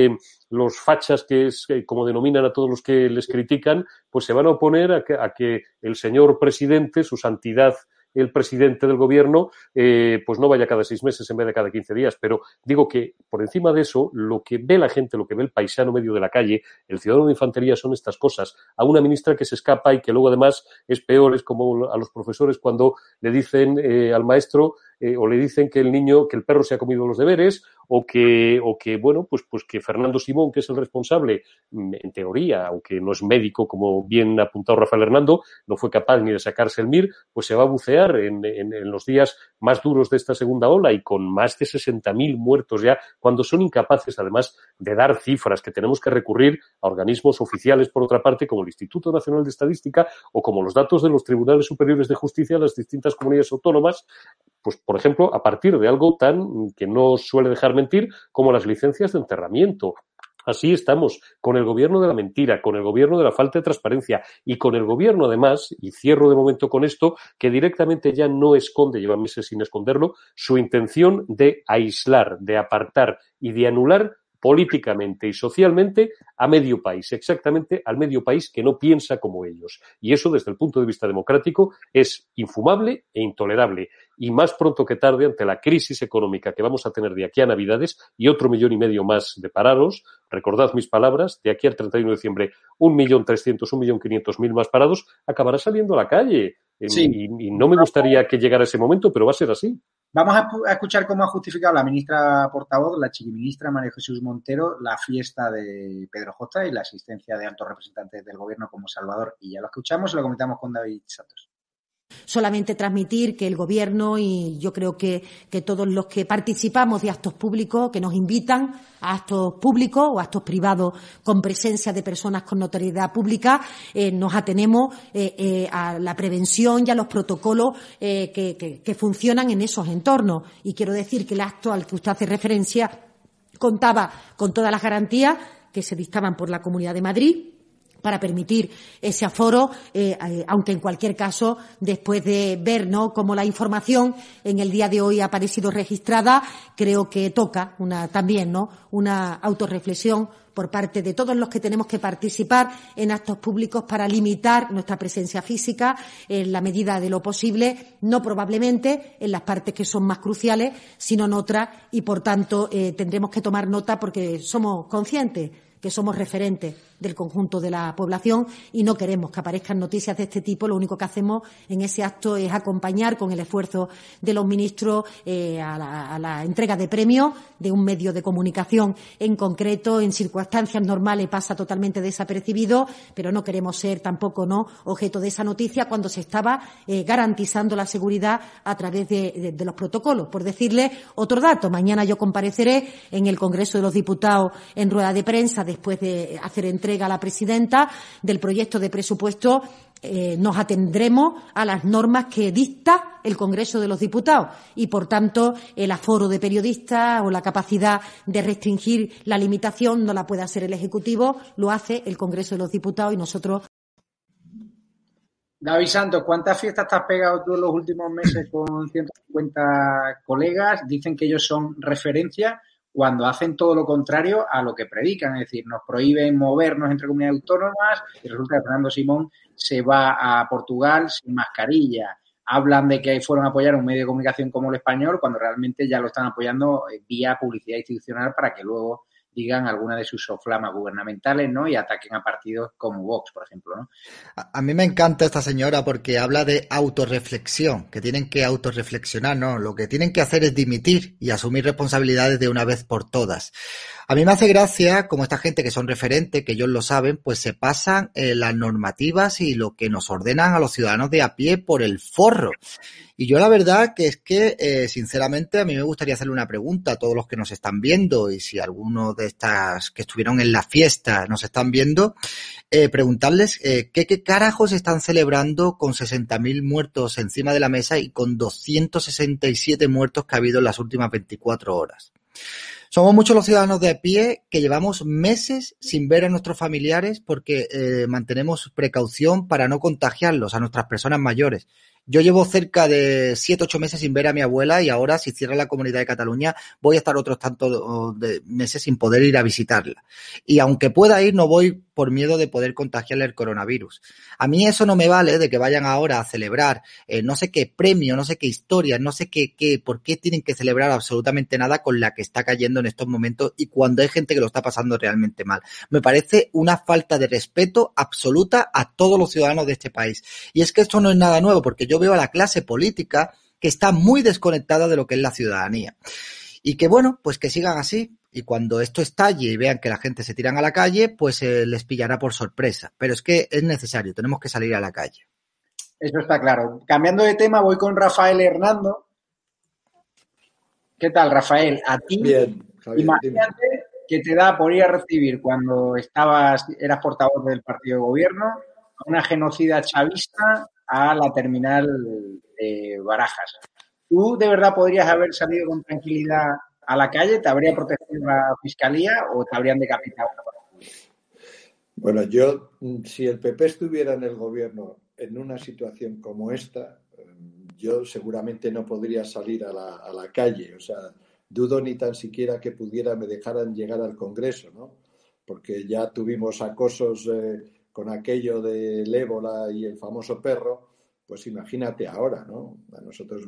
los fachas, que es como denominan a todos los que les critican, pues se van a oponer a que el señor presidente, su santidad, el presidente del gobierno, pues no vaya cada 6 meses en vez de cada 15 días. Pero digo que por encima de eso, lo que ve la gente, lo que ve el paisano medio de la calle, el ciudadano de infantería, son estas cosas. A una ministra que se escapa y que luego además es peor, es como a los profesores cuando le dicen al maestro o le dicen que el perro se ha comido los deberes, o que bueno, pues que Fernando Simón, que es el responsable, en teoría, aunque no es médico, como bien ha apuntado Rafael Hernando, no fue capaz ni de sacarse el MIR, pues se va a bucear en los días más duros de esta segunda ola y con más de 60.000 muertos ya, cuando son incapaces, además, de dar cifras, que tenemos que recurrir a organismos oficiales, por otra parte, como el Instituto Nacional de Estadística o como los datos de los Tribunales Superiores de Justicia de las distintas comunidades autónomas, pues, por ejemplo, a partir de algo tan que no suele dejar mentir como las licencias de enterramiento. Así estamos, con el gobierno de la mentira, con el gobierno de la falta de transparencia y con el gobierno, además, y cierro de momento con esto, que directamente ya no esconde, lleva meses sin esconderlo, su intención de aislar, de apartar y de anular políticamente y socialmente a medio país, exactamente al medio país que no piensa como ellos. Y eso, desde el punto de vista democrático, es infumable e intolerable. Y más pronto que tarde, ante la crisis económica que vamos a tener de aquí a Navidades y 1,5 millones más de parados, recordad mis palabras, de aquí al 31 de diciembre, 1.300.000, 1.500.000 más parados, acabará saliendo a la calle. Sí. Y no me gustaría que llegara ese momento, pero va a ser así. Vamos a escuchar cómo ha justificado la ministra portavoz, la chiquiministra María Jesús Montero, la fiesta de Pedro J y la asistencia de altos representantes del gobierno como Salvador. Y ya lo escuchamos y lo comentamos con David Santos. Solamente transmitir que el Gobierno y yo creo que todos los que participamos de actos públicos, que nos invitan a actos públicos o actos privados con presencia de personas con notoriedad pública, nos atenemos a la prevención y a los protocolos que funcionan en esos entornos. Y quiero decir que el acto al que usted hace referencia contaba con todas las garantías que se dictaban por la Comunidad de Madrid para permitir ese aforo, aunque en cualquier caso, después de ver, ¿no?, cómo la información en el día de hoy ha aparecido registrada, creo que toca también, ¿no?, una autorreflexión por parte de todos los que tenemos que participar en actos públicos para limitar nuestra presencia física en la medida de lo posible, no probablemente en las partes que son más cruciales, sino en otras, y por tanto tendremos que tomar nota porque somos conscientes que somos referentes del conjunto de la población y no queremos que aparezcan noticias de este tipo. Lo único que hacemos en ese acto es acompañar con el esfuerzo de los ministros a la entrega de premios de un medio de comunicación en concreto. En circunstancias normales pasa totalmente desapercibido, pero no queremos ser tampoco objeto de esa noticia cuando se estaba garantizando la seguridad a través de los protocolos. Por decirle otro dato, mañana yo compareceré en el Congreso de los Diputados en rueda de prensa después de hacer entrega a la presidenta del proyecto de presupuesto. Nos atendremos a las normas que dicta el Congreso de los Diputados y, por tanto, el aforo de periodistas o la capacidad de restringir la limitación no la puede hacer el Ejecutivo, lo hace el Congreso de los Diputados y nosotros. David Santos, ¿cuántas fiestas te has pegado tú en los últimos meses con 150 colegas? Dicen que ellos son referencia cuando hacen todo lo contrario a lo que predican. Es decir, nos prohíben movernos entre comunidades autónomas y resulta que Fernando Simón se va a Portugal sin mascarilla. Hablan de que fueron a apoyar un medio de comunicación como El Español cuando realmente ya lo están apoyando vía publicidad institucional para que luego digan alguna de sus soflamas gubernamentales, ¿no? Y ataquen a partidos como Vox, por ejemplo, ¿no? A mí me encanta esta señora porque habla de autorreflexión, que tienen que autorreflexionar, ¿no? Lo que tienen que hacer es dimitir y asumir responsabilidades de una vez por todas. A mí me hace gracia como esta gente que son referentes, que ellos lo saben, pues se pasan las normativas y lo que nos ordenan a los ciudadanos de a pie por el forro. Y yo la verdad que es que, sinceramente, a mí me gustaría hacerle una pregunta a todos los que nos están viendo y si alguno de estas que estuvieron en la fiesta nos están viendo, preguntarles qué carajos están celebrando con 60.000 muertos encima de la mesa y con 267 muertos que ha habido en las últimas 24 horas. Somos muchos los ciudadanos de a pie que llevamos meses sin ver a nuestros familiares porque mantenemos precaución para no contagiarlos a nuestras personas mayores. Yo llevo cerca de 7-8 meses sin ver a mi abuela y ahora, si cierra la Comunidad de Cataluña, voy a estar otros tantos de meses sin poder ir a visitarla. Y aunque pueda ir, no voy por miedo de poder contagiarle el coronavirus. A mí eso no me vale de que vayan ahora a celebrar no sé qué premio, no sé qué historia, no sé por qué tienen que celebrar absolutamente nada con la que está cayendo en estos momentos y cuando hay gente que lo está pasando realmente mal. Me parece una falta de respeto absoluta a todos los ciudadanos de este país. Y es que esto no es nada nuevo, porque yo veo a la clase política que está muy desconectada de lo que es la ciudadanía. Y que bueno, pues que sigan así. Y cuando esto estalle y vean que la gente se tiran a la calle, pues les pillará por sorpresa. Pero es que es necesario, tenemos que salir a la calle. Eso está claro. Cambiando de tema, voy con Rafael Hernando. ¿Qué tal, Rafael? A ti, bien, Javier, imagínate dime. que te da por ir a recibir cuando eras portavoz del partido de gobierno a una genocida chavista a la terminal de Barajas. ¿Tú de verdad podrías haber salido con tranquilidad a la calle? ¿Te habría protegido la fiscalía o te habrían decapitado? Bueno, yo, si el PP estuviera en el gobierno en una situación como esta, yo seguramente no podría salir a la calle. O sea, dudo ni tan siquiera que me dejaran llegar al Congreso, ¿no? Porque ya tuvimos acosos con aquello del ébola y el famoso perro. Pues imagínate ahora, ¿no? A nosotros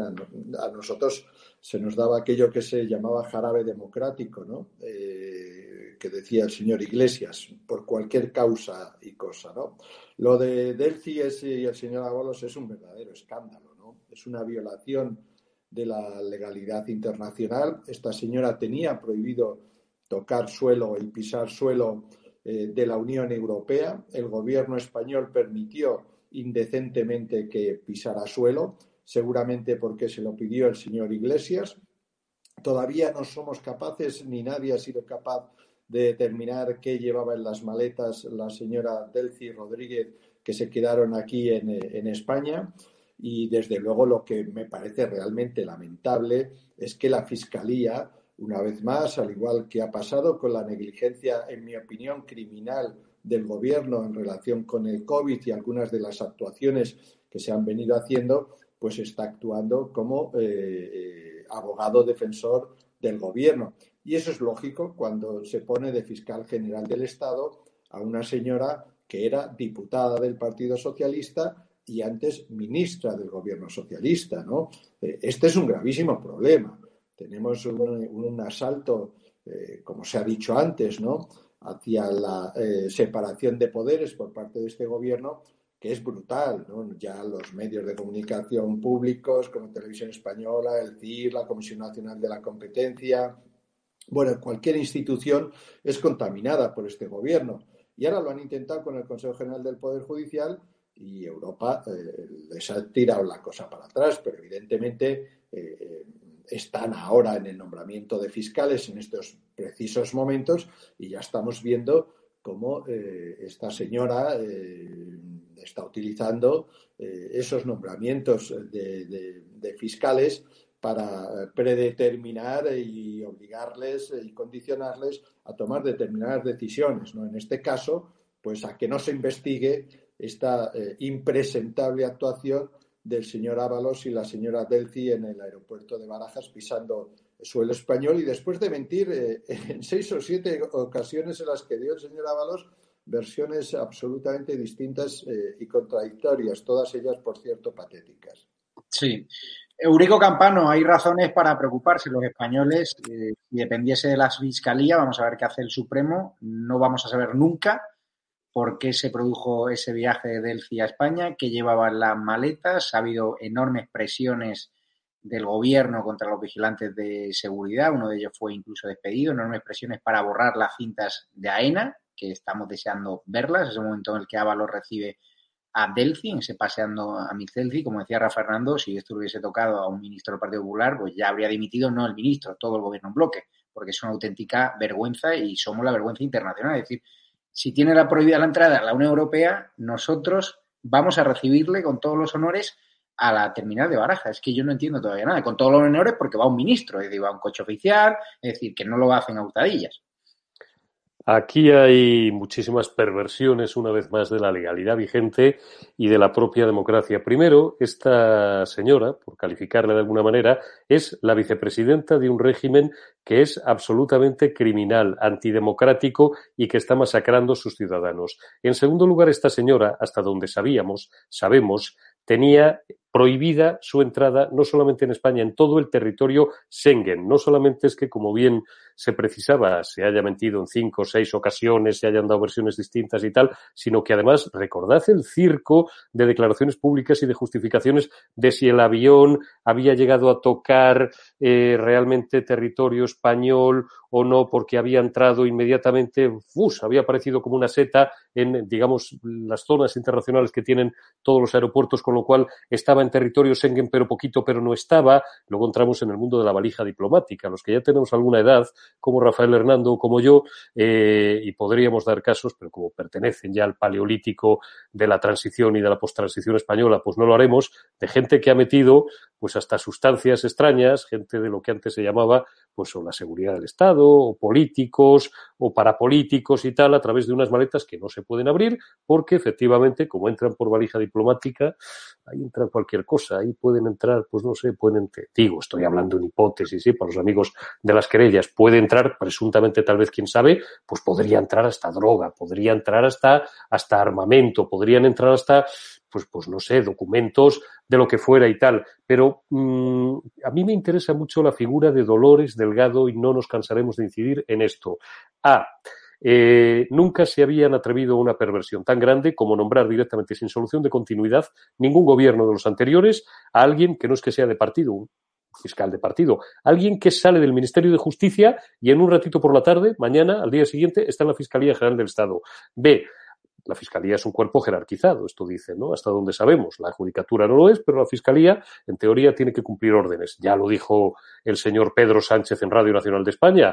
se nos daba aquello que se llamaba jarabe democrático, ¿no? Que decía el señor Iglesias, por cualquier causa y cosa, ¿no? Lo de Delcy y el señor Ábalos es un verdadero escándalo, ¿no? Es una violación de la legalidad internacional. Esta señora tenía prohibido tocar suelo y pisar suelo de la Unión Europea. El gobierno español permitió indecentemente que pisara suelo, seguramente porque se lo pidió el señor Iglesias. Todavía no somos capaces, ni nadie ha sido capaz de determinar qué llevaba en las maletas la señora Delcy Rodríguez, que se quedaron aquí en España. Y desde luego lo que me parece realmente lamentable es que la Fiscalía, una vez más, al igual que ha pasado con la negligencia, en mi opinión, criminal del gobierno en relación con el COVID y algunas de las actuaciones que se han venido haciendo, pues está actuando como abogado defensor del gobierno. Y eso es lógico cuando se pone de fiscal general del Estado a una señora que era diputada del Partido Socialista y antes ministra del gobierno socialista, ¿no? Este es un gravísimo problema. Tenemos un asalto, como se ha dicho antes, ¿no?, hacia la separación de poderes por parte de este gobierno, que es brutal, ¿no? Ya los medios de comunicación públicos como Televisión Española, el CIR, la Comisión Nacional de la Competencia, bueno, cualquier institución es contaminada por este gobierno. Y ahora lo han intentado con el Consejo General del Poder Judicial y Europa les ha tirado la cosa para atrás, pero evidentemente están ahora en el nombramiento de fiscales en estos precisos momentos y ya estamos viendo cómo esta señora está utilizando esos nombramientos de fiscales para predeterminar y obligarles y condicionarles a tomar determinadas decisiones, ¿no? En este caso, pues a que no se investigue esta impresentable actuación del señor Ábalos y la señora Delcy en el aeropuerto de Barajas pisando suelo español, y después de mentir en 6 o 7 ocasiones en las que dio el señor Ábalos versiones absolutamente distintas y contradictorias, todas ellas, por cierto, patéticas. Sí. Eurico Campano, hay razones para preocuparse los españoles. Si dependiese de la Fiscalía, vamos a ver qué hace el Supremo. No vamos a saber nunca por qué se produjo ese viaje de Delcy a España, qué llevaban las maletas. Ha habido enormes presiones del gobierno contra los vigilantes de seguridad. Uno de ellos fue incluso despedido. Enormes presiones para borrar las cintas de AENA, que estamos deseando verlas. Es el momento en el que Ábalos recibe a Delcy, ese paseando a Miss Delcy. Como decía Rafa Fernando, si esto le hubiese tocado a un ministro del Partido Popular, pues ya habría dimitido no el ministro, todo el gobierno en bloque, porque es una auténtica vergüenza y somos la vergüenza internacional. Es decir, si tiene la prohibida la entrada a la Unión Europea, nosotros vamos a recibirle con todos los honores a la terminal de Barajas. Es que yo no entiendo todavía nada. Con todos los honores porque va un ministro, es decir, va un coche oficial, es decir, que no lo hacen a hurtadillas. Aquí hay muchísimas perversiones, una vez más, de la legalidad vigente y de la propia democracia. Primero, esta señora, por calificarla de alguna manera, es la vicepresidenta de un régimen que es absolutamente criminal, antidemocrático y que está masacrando a sus ciudadanos. En segundo lugar, esta señora, hasta donde sabemos, tenía prohibida su entrada no solamente en España, en todo el territorio Schengen. No solamente es que, como bien se precisaba, se haya mentido en 5 o 6 ocasiones, se hayan dado versiones distintas y tal, sino que además, recordad el circo de declaraciones públicas y de justificaciones de si el avión había llegado a tocar realmente territorio español o no, porque había entrado inmediatamente, había aparecido como una seta en, digamos, las zonas internacionales que tienen todos los aeropuertos, con lo cual estaba en territorio Schengen, pero poquito, pero no estaba. Luego entramos en el mundo de la valija diplomática. Los que ya tenemos alguna edad, como Rafael Hernando o como yo, y podríamos dar casos, pero como pertenecen ya al paleolítico de la transición y de la posttransición española, pues no lo haremos, de gente que ha metido pues hasta sustancias extrañas, gente de lo que antes se llamaba pues o la seguridad del Estado, o políticos, o parapolíticos y tal, a través de unas maletas que no se pueden abrir, porque efectivamente, como entran por valija diplomática, ahí entra cualquier cosa, ahí pueden entrar, pues no sé, estoy hablando en hipótesis, ¿sí? Para los amigos de las querellas, puede entrar, presuntamente, tal vez, quién sabe, pues podría entrar hasta droga, podría entrar hasta armamento, podrían entrar hasta, pues no sé, documentos de lo que fuera y tal, pero a mí me interesa mucho la figura de Dolores Delgado y no nos cansaremos de incidir en esto. Nunca se habían atrevido a una perversión tan grande como nombrar directamente, sin solución de continuidad, ningún gobierno de los anteriores, a alguien que no es que sea de partido, un fiscal de partido, alguien que sale del Ministerio de Justicia y en un ratito por la tarde, mañana, al día siguiente, está en la Fiscalía General del Estado. La Fiscalía es un cuerpo jerarquizado, esto dice, ¿no? Hasta donde sabemos. La Judicatura no lo es, pero la Fiscalía, en teoría, tiene que cumplir órdenes. Ya lo dijo el señor Pedro Sánchez en Radio Nacional de España.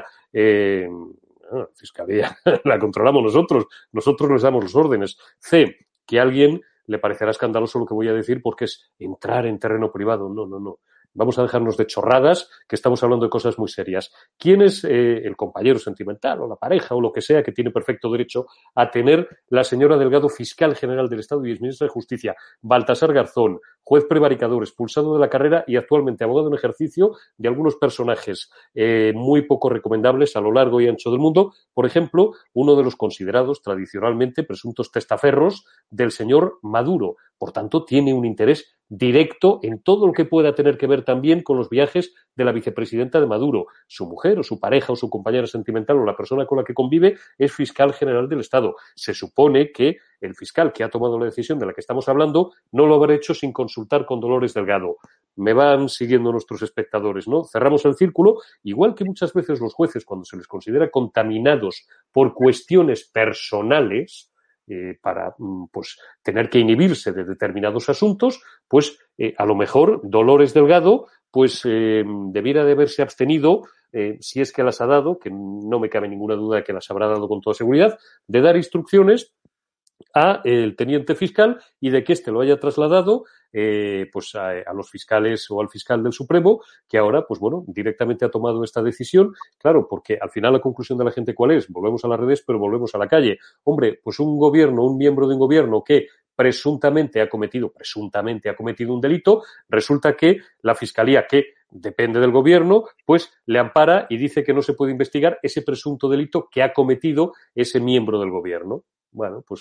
La Fiscalía la controlamos nosotros les damos las órdenes. Que a alguien le parecerá escandaloso lo que voy a decir porque es entrar en terreno privado. No. Vamos a dejarnos de chorradas, que estamos hablando de cosas muy serias. ¿Quién es el compañero sentimental o la pareja o lo que sea que tiene perfecto derecho a tener la señora Delgado, fiscal general del Estado y exministra de Justicia? Baltasar Garzón, juez prevaricador, expulsado de la carrera y actualmente abogado en ejercicio de algunos personajes muy poco recomendables a lo largo y ancho del mundo. Por ejemplo, uno de los considerados tradicionalmente presuntos testaferros del señor Maduro. Por tanto, tiene un interés directo en todo lo que pueda tener que ver también con los viajes de la vicepresidenta de Maduro. Su mujer o su pareja o su compañera sentimental o la persona con la que convive es fiscal general del Estado. Se supone que el fiscal que ha tomado la decisión de la que estamos hablando no lo habrá hecho sin consultar con Dolores Delgado. Me van siguiendo nuestros espectadores, ¿no? Cerramos el círculo, igual que muchas veces los jueces, cuando se les considera contaminados por cuestiones personales, para pues tener que inhibirse de determinados asuntos, pues a lo mejor Dolores Delgado pues debiera de haberse abstenido, si es que las ha dado, que no me cabe ninguna duda de que las habrá dado con toda seguridad, de dar instrucciones a el teniente fiscal y de que éste lo haya trasladado pues a los fiscales o al fiscal del Supremo, que ahora, pues bueno, directamente ha tomado esta decisión. Claro, porque al final la conclusión de la gente, ¿cuál es? Volvemos a las redes, pero volvemos a la calle. Hombre, pues un miembro de un gobierno que presuntamente ha cometido un delito, resulta que la Fiscalía, que depende del gobierno, pues le ampara y dice que no se puede investigar ese presunto delito que ha cometido ese miembro del gobierno. Bueno, pues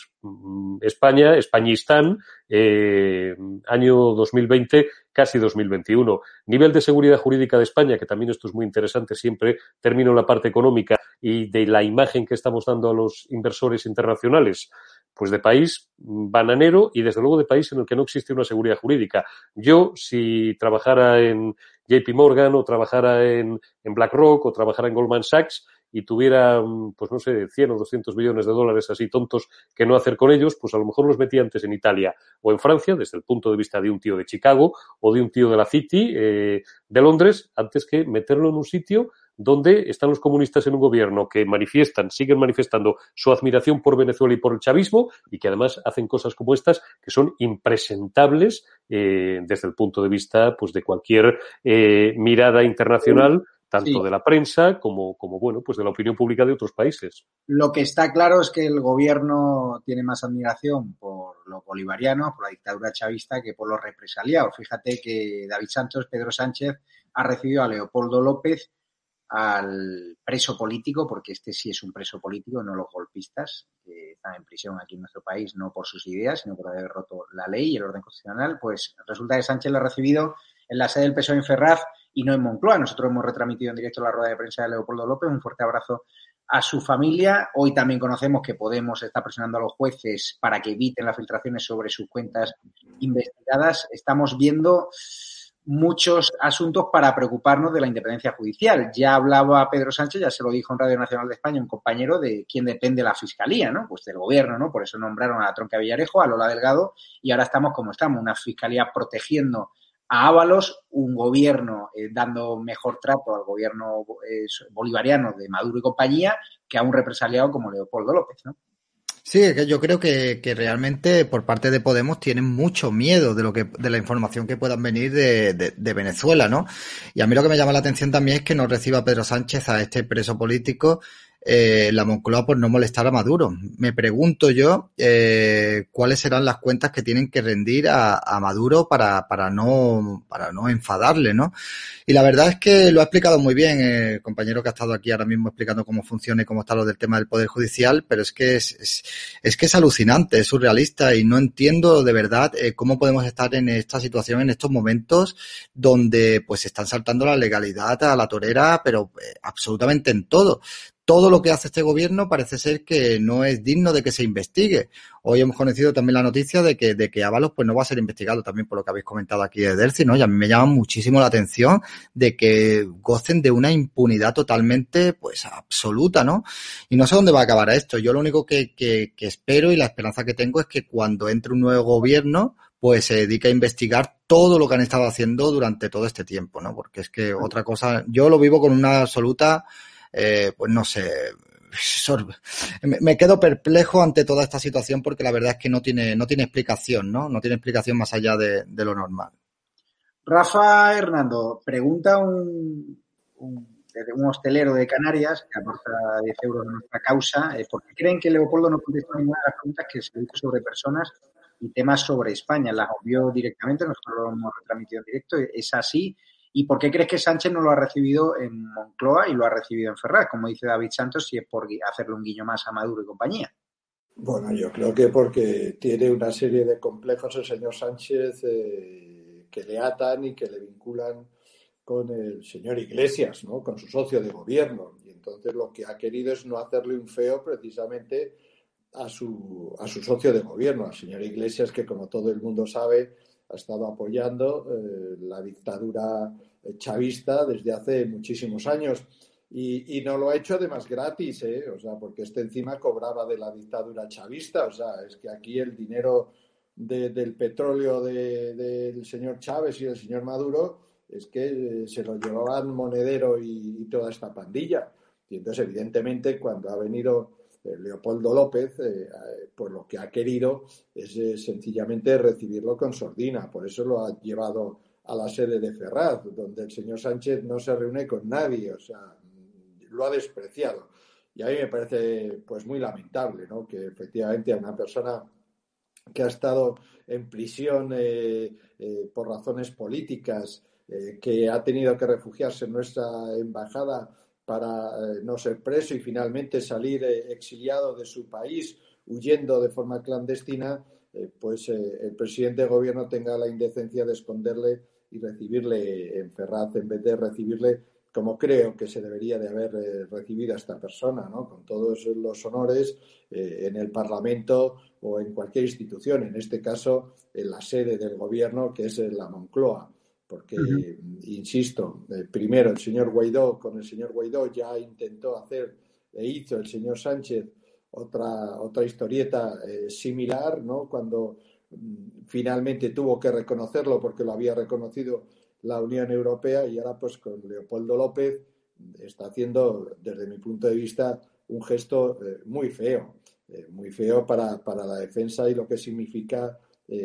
Españistán, año 2020, casi 2021. Nivel de seguridad jurídica de España, que también esto es muy interesante, siempre termino en la parte económica y de la imagen que estamos dando a los inversores internacionales, pues de país bananero y desde luego de país en el que no existe una seguridad jurídica. Yo, si trabajara en JP Morgan o trabajara en BlackRock o trabajara en Goldman Sachs y tuviera, pues no sé, 100 o 200 millones de dólares así tontos que no hacer con ellos, pues a lo mejor los metía antes en Italia o en Francia, desde el punto de vista de un tío de Chicago o de un tío de la City de Londres, antes que meterlo en un sitio donde están los comunistas en un gobierno que siguen manifestando su admiración por Venezuela y por el chavismo y que además hacen cosas como estas que son impresentables desde el punto de vista pues de cualquier mirada internacional, tanto de la prensa como bueno, pues de la opinión pública de otros países. Lo que está claro es que el gobierno tiene más admiración por los bolivarianos, por la dictadura chavista, que por los represaliados. Fíjate que Pedro Sánchez, ha recibido a Leopoldo López, al preso político, porque este sí es un preso político, no los golpistas que están en prisión aquí en nuestro país, no por sus ideas, sino por haber roto la ley y el orden constitucional. Pues resulta que Sánchez lo ha recibido en la sede del PSOE en Ferraz y no en Moncloa. Nosotros hemos retransmitido en directo la rueda de prensa de Leopoldo López. Un fuerte abrazo a su familia. Hoy también conocemos que Podemos está presionando a los jueces para que eviten las filtraciones sobre sus cuentas investigadas. Estamos viendo muchos asuntos para preocuparnos de la independencia judicial. Ya hablaba Pedro Sánchez, ya se lo dijo en Radio Nacional de España un compañero, de quién depende la Fiscalía, ¿no? Pues del gobierno, ¿no? Por eso nombraron a Tronca Villarejo, a Lola Delgado, y ahora estamos como estamos, una Fiscalía protegiendo a Ábalos, un gobierno dando mejor trato al gobierno bolivariano de Maduro y compañía que a un represaliado como Leopoldo López, ¿no? Sí, es que yo creo que realmente por parte de Podemos tienen mucho miedo de la información que puedan venir de Venezuela, ¿no? Y a mí lo que me llama la atención también es que no reciba Pedro Sánchez a este preso político la Moncloa por no molestar a Maduro. Me pregunto yo cuáles serán las cuentas que tienen que rendir a Maduro para no enfadarle, ¿no? Y la verdad es que lo ha explicado muy bien el compañero que ha estado aquí ahora mismo explicando cómo funciona y cómo está lo del tema del Poder Judicial, pero es que es alucinante, es surrealista y no entiendo de verdad cómo podemos estar en esta situación, en estos momentos donde pues están saltando la legalidad a la torera, pero absolutamente en todo. Todo lo que hace este gobierno parece ser que no es digno de que se investigue. Hoy hemos conocido también la noticia de que Ábalos pues no va a ser investigado, también por lo que habéis comentado aquí de Delci, ¿no? Y a mí me llama muchísimo la atención de que gocen de una impunidad totalmente pues absoluta, ¿no? Y no sé dónde va a acabar esto. Yo lo único que espero y la esperanza que tengo es que cuando entre un nuevo gobierno pues se dedique a investigar todo lo que han estado haciendo durante todo este tiempo, ¿no? Porque es que otra cosa, yo lo vivo con una absoluta pues no sé, me quedo perplejo ante toda esta situación porque la verdad es que no tiene explicación, ¿no? No tiene explicación más allá de lo normal. Rafa Hernando, pregunta un hostelero de Canarias que aporta 10 euros a nuestra causa. ¿Por qué creen que Leopoldo no contestó ninguna de las preguntas que se hizo sobre personas y temas sobre España? Las obvió directamente, nosotros lo hemos retransmitido en directo, es así. ¿Y por qué crees que Sánchez no lo ha recibido en Moncloa y lo ha recibido en Ferraz? Como dice David Santos, si es por hacerle un guiño más a Maduro y compañía. Bueno, yo creo que porque tiene una serie de complejos el señor Sánchez que le atan y que le vinculan con el señor Iglesias, ¿no? Con su socio de gobierno. Y entonces lo que ha querido es no hacerle un feo precisamente a su socio de gobierno, al señor Iglesias, que como todo el mundo sabe ha estado apoyando la dictadura chavista desde hace muchísimos años y no lo ha hecho además gratis, o sea, porque encima cobraba de la dictadura chavista, o sea, es que aquí el dinero del petróleo del señor Chávez y del señor Maduro es que se lo llevaban Monedero y toda esta pandilla. Y entonces, evidentemente, cuando ha venido Leopoldo López, pues lo que ha querido es sencillamente recibirlo con sordina. Por eso lo ha llevado a la sede de Ferraz, donde el señor Sánchez no se reúne con nadie, o sea, lo ha despreciado. Y a mí me parece pues muy lamentable, ¿no? Que efectivamente a una persona que ha estado en prisión por razones políticas, que ha tenido que refugiarse en nuestra embajada para no ser preso y finalmente salir exiliado de su país, huyendo de forma clandestina, pues el presidente de gobierno tenga la indecencia de esconderle y recibirle en Ferraz en vez de recibirle como creo que se debería de haber recibido a esta persona, ¿no? Con todos los honores en el Parlamento o en cualquier institución, en este caso en la sede del gobierno, que es la Moncloa. Porque, insisto, primero el señor Guaidó, con el señor Guaidó ya intentó hacer e hizo el señor Sánchez otra historieta similar, ¿no? Cuando finalmente tuvo que reconocerlo porque lo había reconocido la Unión Europea, y ahora pues con Leopoldo López está haciendo, desde mi punto de vista, un gesto muy feo para la defensa y lo que significa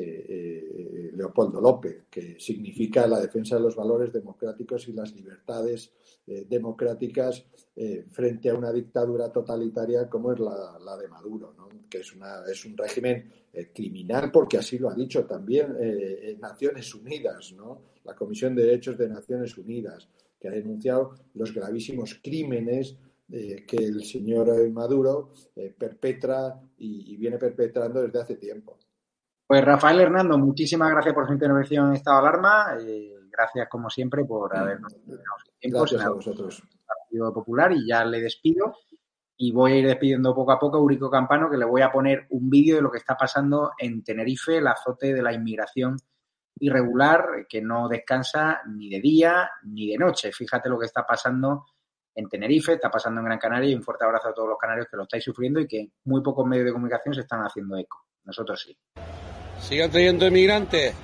Leopoldo López, que significa la defensa de los valores democráticos y las libertades democráticas frente a una dictadura totalitaria como es la de Maduro, ¿no? Que es un régimen criminal, porque así lo ha dicho también Naciones Unidas, ¿no? La Comisión de Derechos de Naciones Unidas, que ha denunciado los gravísimos crímenes que el señor Maduro perpetra y viene perpetrando desde hace tiempo. Pues Rafael Hernando, muchísimas gracias por su intervención en estado de alarma. Gracias, como siempre, por habernos dado tiempo. Gracias a vosotros. Partido Popular, y ya le despido. Y voy a ir despidiendo poco a poco a Eurico Campano, que le voy a poner un vídeo de lo que está pasando en Tenerife, el azote de la inmigración irregular, que no descansa ni de día ni de noche. Fíjate lo que está pasando en Tenerife, está pasando en Gran Canaria, y un fuerte abrazo a todos los canarios que lo estáis sufriendo y que muy pocos medios de comunicación se están haciendo eco. Nosotros sí. Sigan trayendo inmigrantes.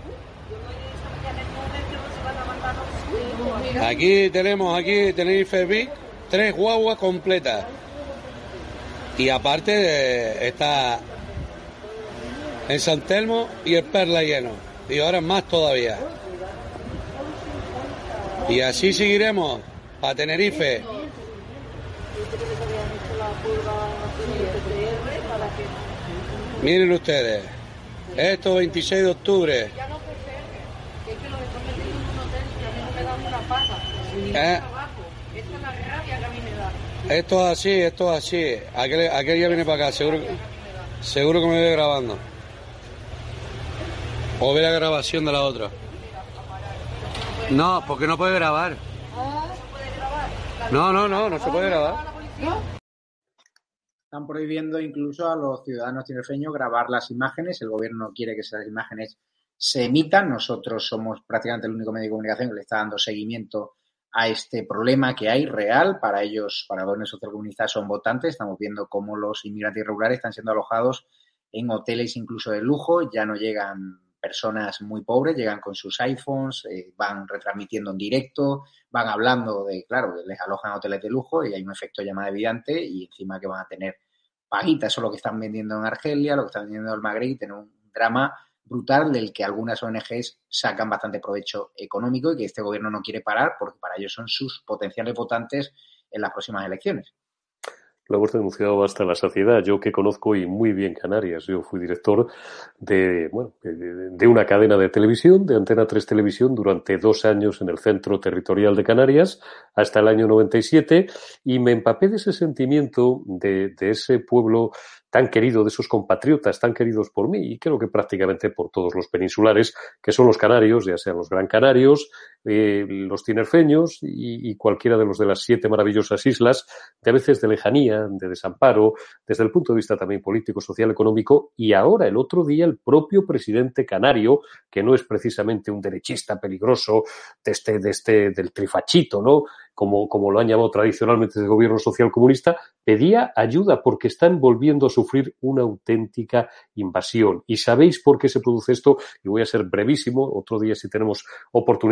Aquí Tenerife Beach, 3 guaguas completas. Y aparte está en San Telmo y el Perla lleno. Y ahora más todavía. Y así seguiremos a Tenerife. Miren ustedes. Esto 26 de octubre. Esto es así. Aquel ya viene para acá, seguro que me ve grabando. O ve la grabación de la otra. No, porque no puede grabar. No se puede grabar. Están prohibiendo incluso a los ciudadanos tinerfeños grabar las imágenes. El gobierno no quiere que esas imágenes se emitan. Nosotros somos prácticamente el único medio de comunicación que le está dando seguimiento a este problema que hay real. Para ellos, para gobiernos socialcomunistas, son votantes. Estamos viendo cómo los inmigrantes irregulares están siendo alojados en hoteles incluso de lujo. Ya no llegan personas muy pobres, llegan con sus iPhones, van retransmitiendo en directo, van hablando de, claro, que les alojan a hoteles de lujo y hay un efecto llamada evidente, y encima que van a tener paguitas. Eso es lo que están vendiendo en Argelia, lo que están vendiendo en el Magreb, tiene un drama brutal del que algunas ONGs sacan bastante provecho económico y que este gobierno no quiere parar porque para ellos son sus potenciales votantes en las próximas elecciones. Lo hemos denunciado hasta la saciedad. Yo, que conozco y muy bien Canarias, yo fui director de una cadena de televisión, de Antena 3 Televisión, durante 2 años en el Centro Territorial de Canarias, hasta el año 97, y me empapé de ese sentimiento de ese pueblo tan querido, de esos compatriotas tan queridos por mí, y creo que prácticamente por todos los peninsulares, que son los canarios, ya sean los Gran Canarios, los tinerfeños y cualquiera de los de las 7 maravillosas islas, de a veces de lejanía, de desamparo, desde el punto de vista también político, social, económico. Y ahora, el otro día, el propio presidente canario, que no es precisamente un derechista peligroso del trifachito, ¿no?, como lo han llamado tradicionalmente el gobierno social comunista, pedía ayuda porque están volviendo a sufrir una auténtica invasión. ¿Y sabéis por qué se produce esto? Y voy a ser brevísimo. Otro día, si tenemos oportunidad,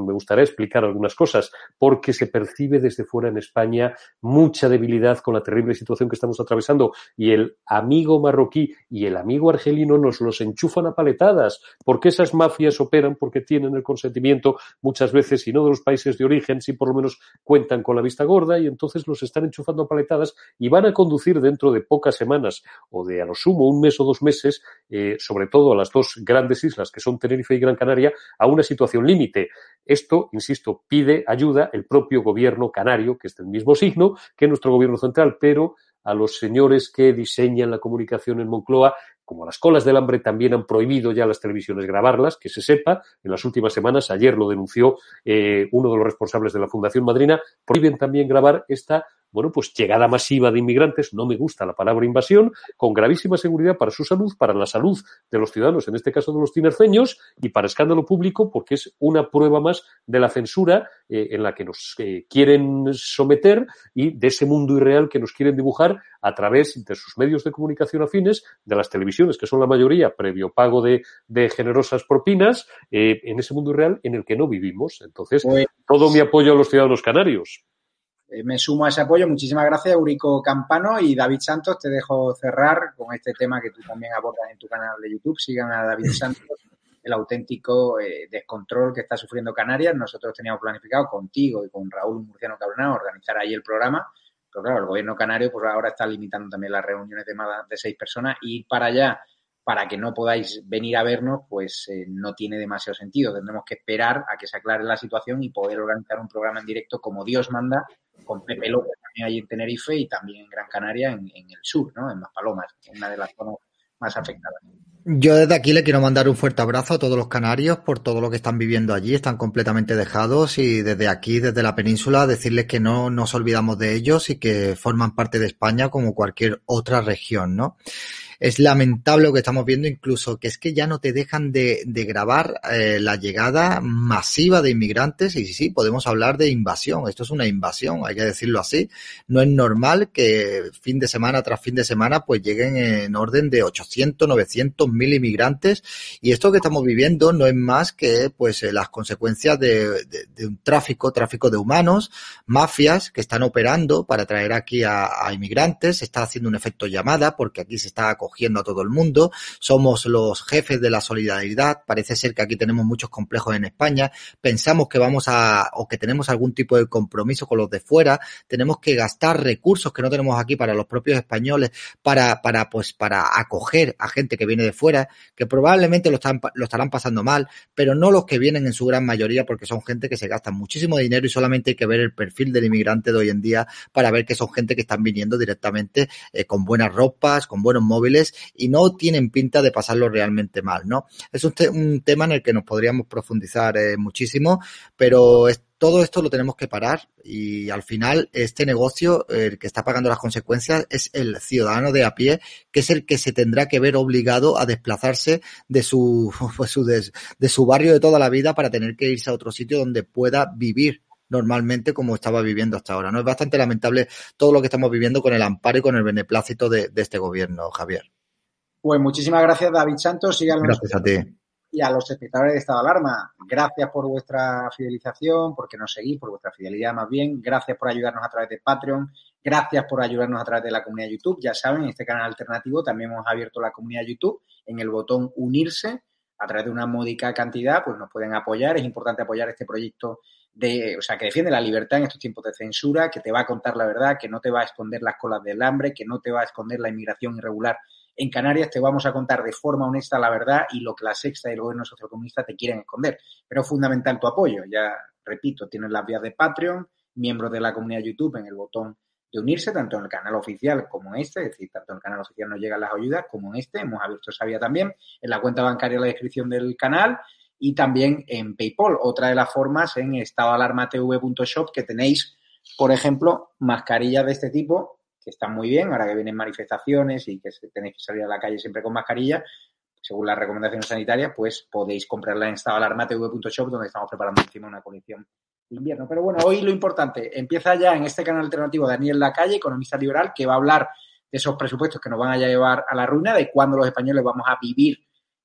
me gustaría explicar algunas cosas, porque se percibe desde fuera en España mucha debilidad con la terrible situación que estamos atravesando, y el amigo marroquí y el amigo argelino nos los enchufan a paletadas, porque esas mafias operan porque tienen el consentimiento muchas veces, si no de los países de origen, si por lo menos cuentan con la vista gorda, y entonces los están enchufando a paletadas y van a conducir dentro de pocas semanas o de a lo sumo un mes o 2 meses, sobre todo a las dos grandes islas que son Tenerife y Gran Canaria, a una situación límite. Esto, insisto, pide ayuda el propio gobierno canario, que es del mismo signo que nuestro gobierno central, pero a los señores que diseñan la comunicación en Moncloa, como las colas del hambre, también han prohibido ya las televisiones grabarlas, que se sepa. En las últimas semanas, ayer lo denunció uno de los responsables de la Fundación Madrina, prohíben también grabar esta llegada masiva de inmigrantes, no me gusta la palabra invasión, con gravísima seguridad para su salud, para la salud de los ciudadanos, en este caso de los tinerfeños, y para escándalo público, porque es una prueba más de la censura en la que nos quieren someter y de ese mundo irreal que nos quieren dibujar a través de sus medios de comunicación afines, de las televisiones, que son la mayoría, previo pago de generosas propinas, en ese mundo irreal en el que no vivimos. Entonces, todo mi apoyo a los ciudadanos canarios. Me sumo a ese apoyo. Muchísimas gracias, Eurico Campano. Y David Santos, te dejo cerrar con este tema que tú también abordas en tu canal de YouTube. Sigan a David Santos, el auténtico descontrol que está sufriendo Canarias. Nosotros teníamos planificado contigo y con Raúl Murciano Cabronao organizar ahí el programa. Pero claro, el gobierno canario pues ahora está limitando también las reuniones de más de 6 personas. Y ir para allá, para que no podáis venir a vernos, pues no tiene demasiado sentido. Tendremos que esperar a que se aclare la situación y poder organizar un programa en directo como Dios manda, con Pepe López también ahí en Tenerife y también en Gran Canaria, en el sur, ¿no? En Maspalomas, una de las zonas más afectadas. Yo desde aquí le quiero mandar un fuerte abrazo a todos los canarios por todo lo que están viviendo allí, están completamente dejados, y desde aquí, desde la península, decirles que no nos olvidamos de ellos y que forman parte de España como cualquier otra región, ¿no? Es lamentable lo que estamos viendo, incluso que es que ya no te dejan de grabar la llegada masiva de inmigrantes, y sí, podemos hablar de invasión. Esto es una invasión, hay que decirlo así. No es normal que fin de semana tras fin de semana pues lleguen en orden de 800, 900, 1000 inmigrantes, y esto que estamos viviendo no es más que pues las consecuencias de un tráfico de humanos, mafias que están operando para traer aquí a inmigrantes. Se está haciendo un efecto llamada porque aquí se está acogiendo a todo el mundo, somos los jefes de la solidaridad, parece ser que aquí tenemos muchos complejos en España, pensamos que o que tenemos algún tipo de compromiso con los de fuera, tenemos que gastar recursos que no tenemos aquí para los propios españoles, para acoger a gente que viene de fuera, que probablemente lo estarán pasando mal, pero no los que vienen en su gran mayoría, porque son gente que se gasta muchísimo dinero y solamente hay que ver el perfil del inmigrante de hoy en día para ver que son gente que están viniendo directamente con buenas ropas, con buenos móviles, y no tienen pinta de pasarlo realmente mal, ¿no? Es un tema en el que nos podríamos profundizar muchísimo, pero todo esto lo tenemos que parar, y al final este negocio, el que está pagando las consecuencias es el ciudadano de a pie, que es el que se tendrá que ver obligado a desplazarse de su barrio de toda la vida para tener que irse a otro sitio donde pueda vivir normalmente como estaba viviendo hasta ahora, ¿no? Es bastante lamentable todo lo que estamos viviendo con el amparo y con el beneplácito de este gobierno, Javier. Pues muchísimas gracias, David Santos. Síganos. Gracias a ti. Y a los espectadores de Estado de Alarma, gracias por vuestra fidelización, porque nos seguís, por vuestra fidelidad más bien. Gracias por ayudarnos a través de Patreon. Gracias por ayudarnos a través de la comunidad YouTube. Ya saben, en este canal alternativo también hemos abierto la comunidad YouTube en el botón unirse. A través de una módica cantidad, pues nos pueden apoyar. Es importante apoyar este proyecto que defiende la libertad en estos tiempos de censura, que te va a contar la verdad, que no te va a esconder las colas del hambre, que no te va a esconder la inmigración irregular en Canarias. Te vamos a contar de forma honesta la verdad y lo que la Sexta y el gobierno socialcomunista te quieren esconder. Pero es fundamental tu apoyo. Ya repito, tienes las vías de Patreon, miembros de la comunidad YouTube en el botón de unirse, tanto en el canal oficial como en este, es decir, tanto en el canal oficial nos llegan las ayudas como en este. Hemos abierto esa vía también en la cuenta bancaria en la descripción del canal y también en PayPal. Otra de las formas en estadoalarmatv.shop, que tenéis, por ejemplo, mascarillas de este tipo que están muy bien, ahora que vienen manifestaciones y que tenéis que salir a la calle siempre con mascarilla, según las recomendaciones sanitarias, pues podéis comprarla en estadoalarmatv.shop, donde estamos preparando encima una colección de invierno. Pero bueno, hoy lo importante, empieza ya en este canal alternativo Daniel Lacalle, economista liberal, que va a hablar de esos presupuestos que nos van a llevar a la ruina, de cuándo los españoles vamos a vivir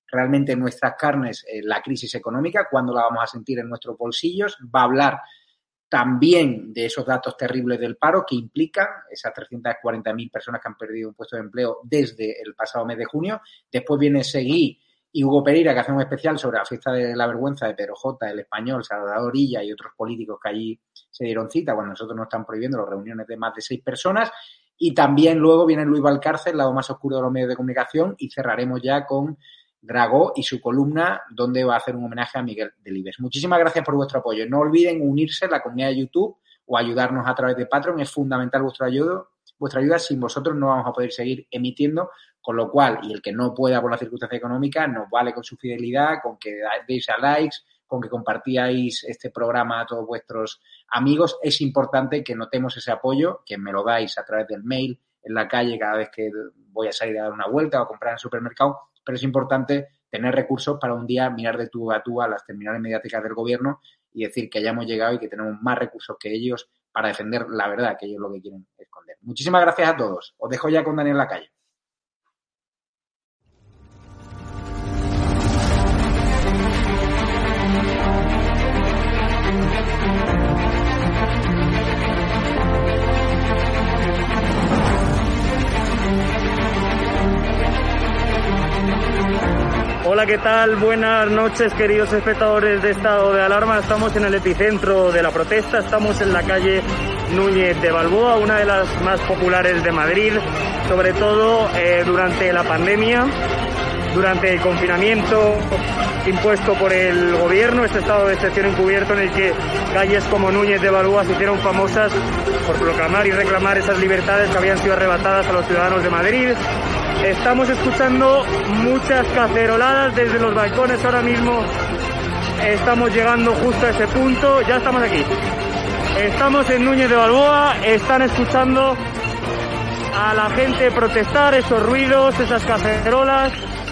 realmente en nuestras carnes la crisis económica, cuándo la vamos a sentir en nuestros bolsillos. Va a hablar también de esos datos terribles del paro que implican esas 340.000 personas que han perdido un puesto de empleo desde el pasado mes de junio. Después viene Seguí y Hugo Pereira, que hace un especial sobre la fiesta de la vergüenza de Pedro J, El Español, Salvador Illa y otros políticos que allí se dieron cita cuando nosotros nos están prohibiendo las reuniones de más de 6 personas. Y también luego viene Luis Valcárcel, el lado más oscuro de los medios de comunicación, y cerraremos ya con Dragó y su columna, donde va a hacer un homenaje a Miguel Delibes. Muchísimas gracias por vuestro apoyo. No olviden unirse a la comunidad de YouTube o ayudarnos a través de Patreon. Es fundamental vuestra ayuda. Sin vosotros no vamos a poder seguir emitiendo, con lo cual, y el que no pueda por la circunstancia económica, nos vale con su fidelidad, con que deis a likes, con que compartíais este programa a todos vuestros amigos. Es importante que notemos ese apoyo, que me lo dais a través del mail, en la calle, cada vez que voy a salir a dar una vuelta o a comprar en el supermercado. Pero es importante tener recursos para un día mirar de tú a tú a las terminales mediáticas del gobierno y decir que hayamos llegado y que tenemos más recursos que ellos para defender la verdad, que ellos lo que quieren esconder. Muchísimas gracias a todos. Os dejo ya con Daniel Lacalle. Hola, ¿qué tal? Buenas noches, queridos espectadores de Estado de Alarma. Estamos en el epicentro de la protesta, estamos en la calle Núñez de Balboa, una de las más populares de Madrid, sobre todo durante la pandemia, durante el confinamiento impuesto por el gobierno, este estado de excepción encubierto en el que calles como Núñez de Balboa se hicieron famosas por proclamar y reclamar esas libertades que habían sido arrebatadas a los ciudadanos de Madrid. Estamos escuchando muchas caceroladas desde los balcones ahora mismo. Estamos llegando justo a ese punto. Ya estamos aquí. Estamos en Núñez de Balboa. Están escuchando a la gente protestar, esos ruidos, esas cacerolas.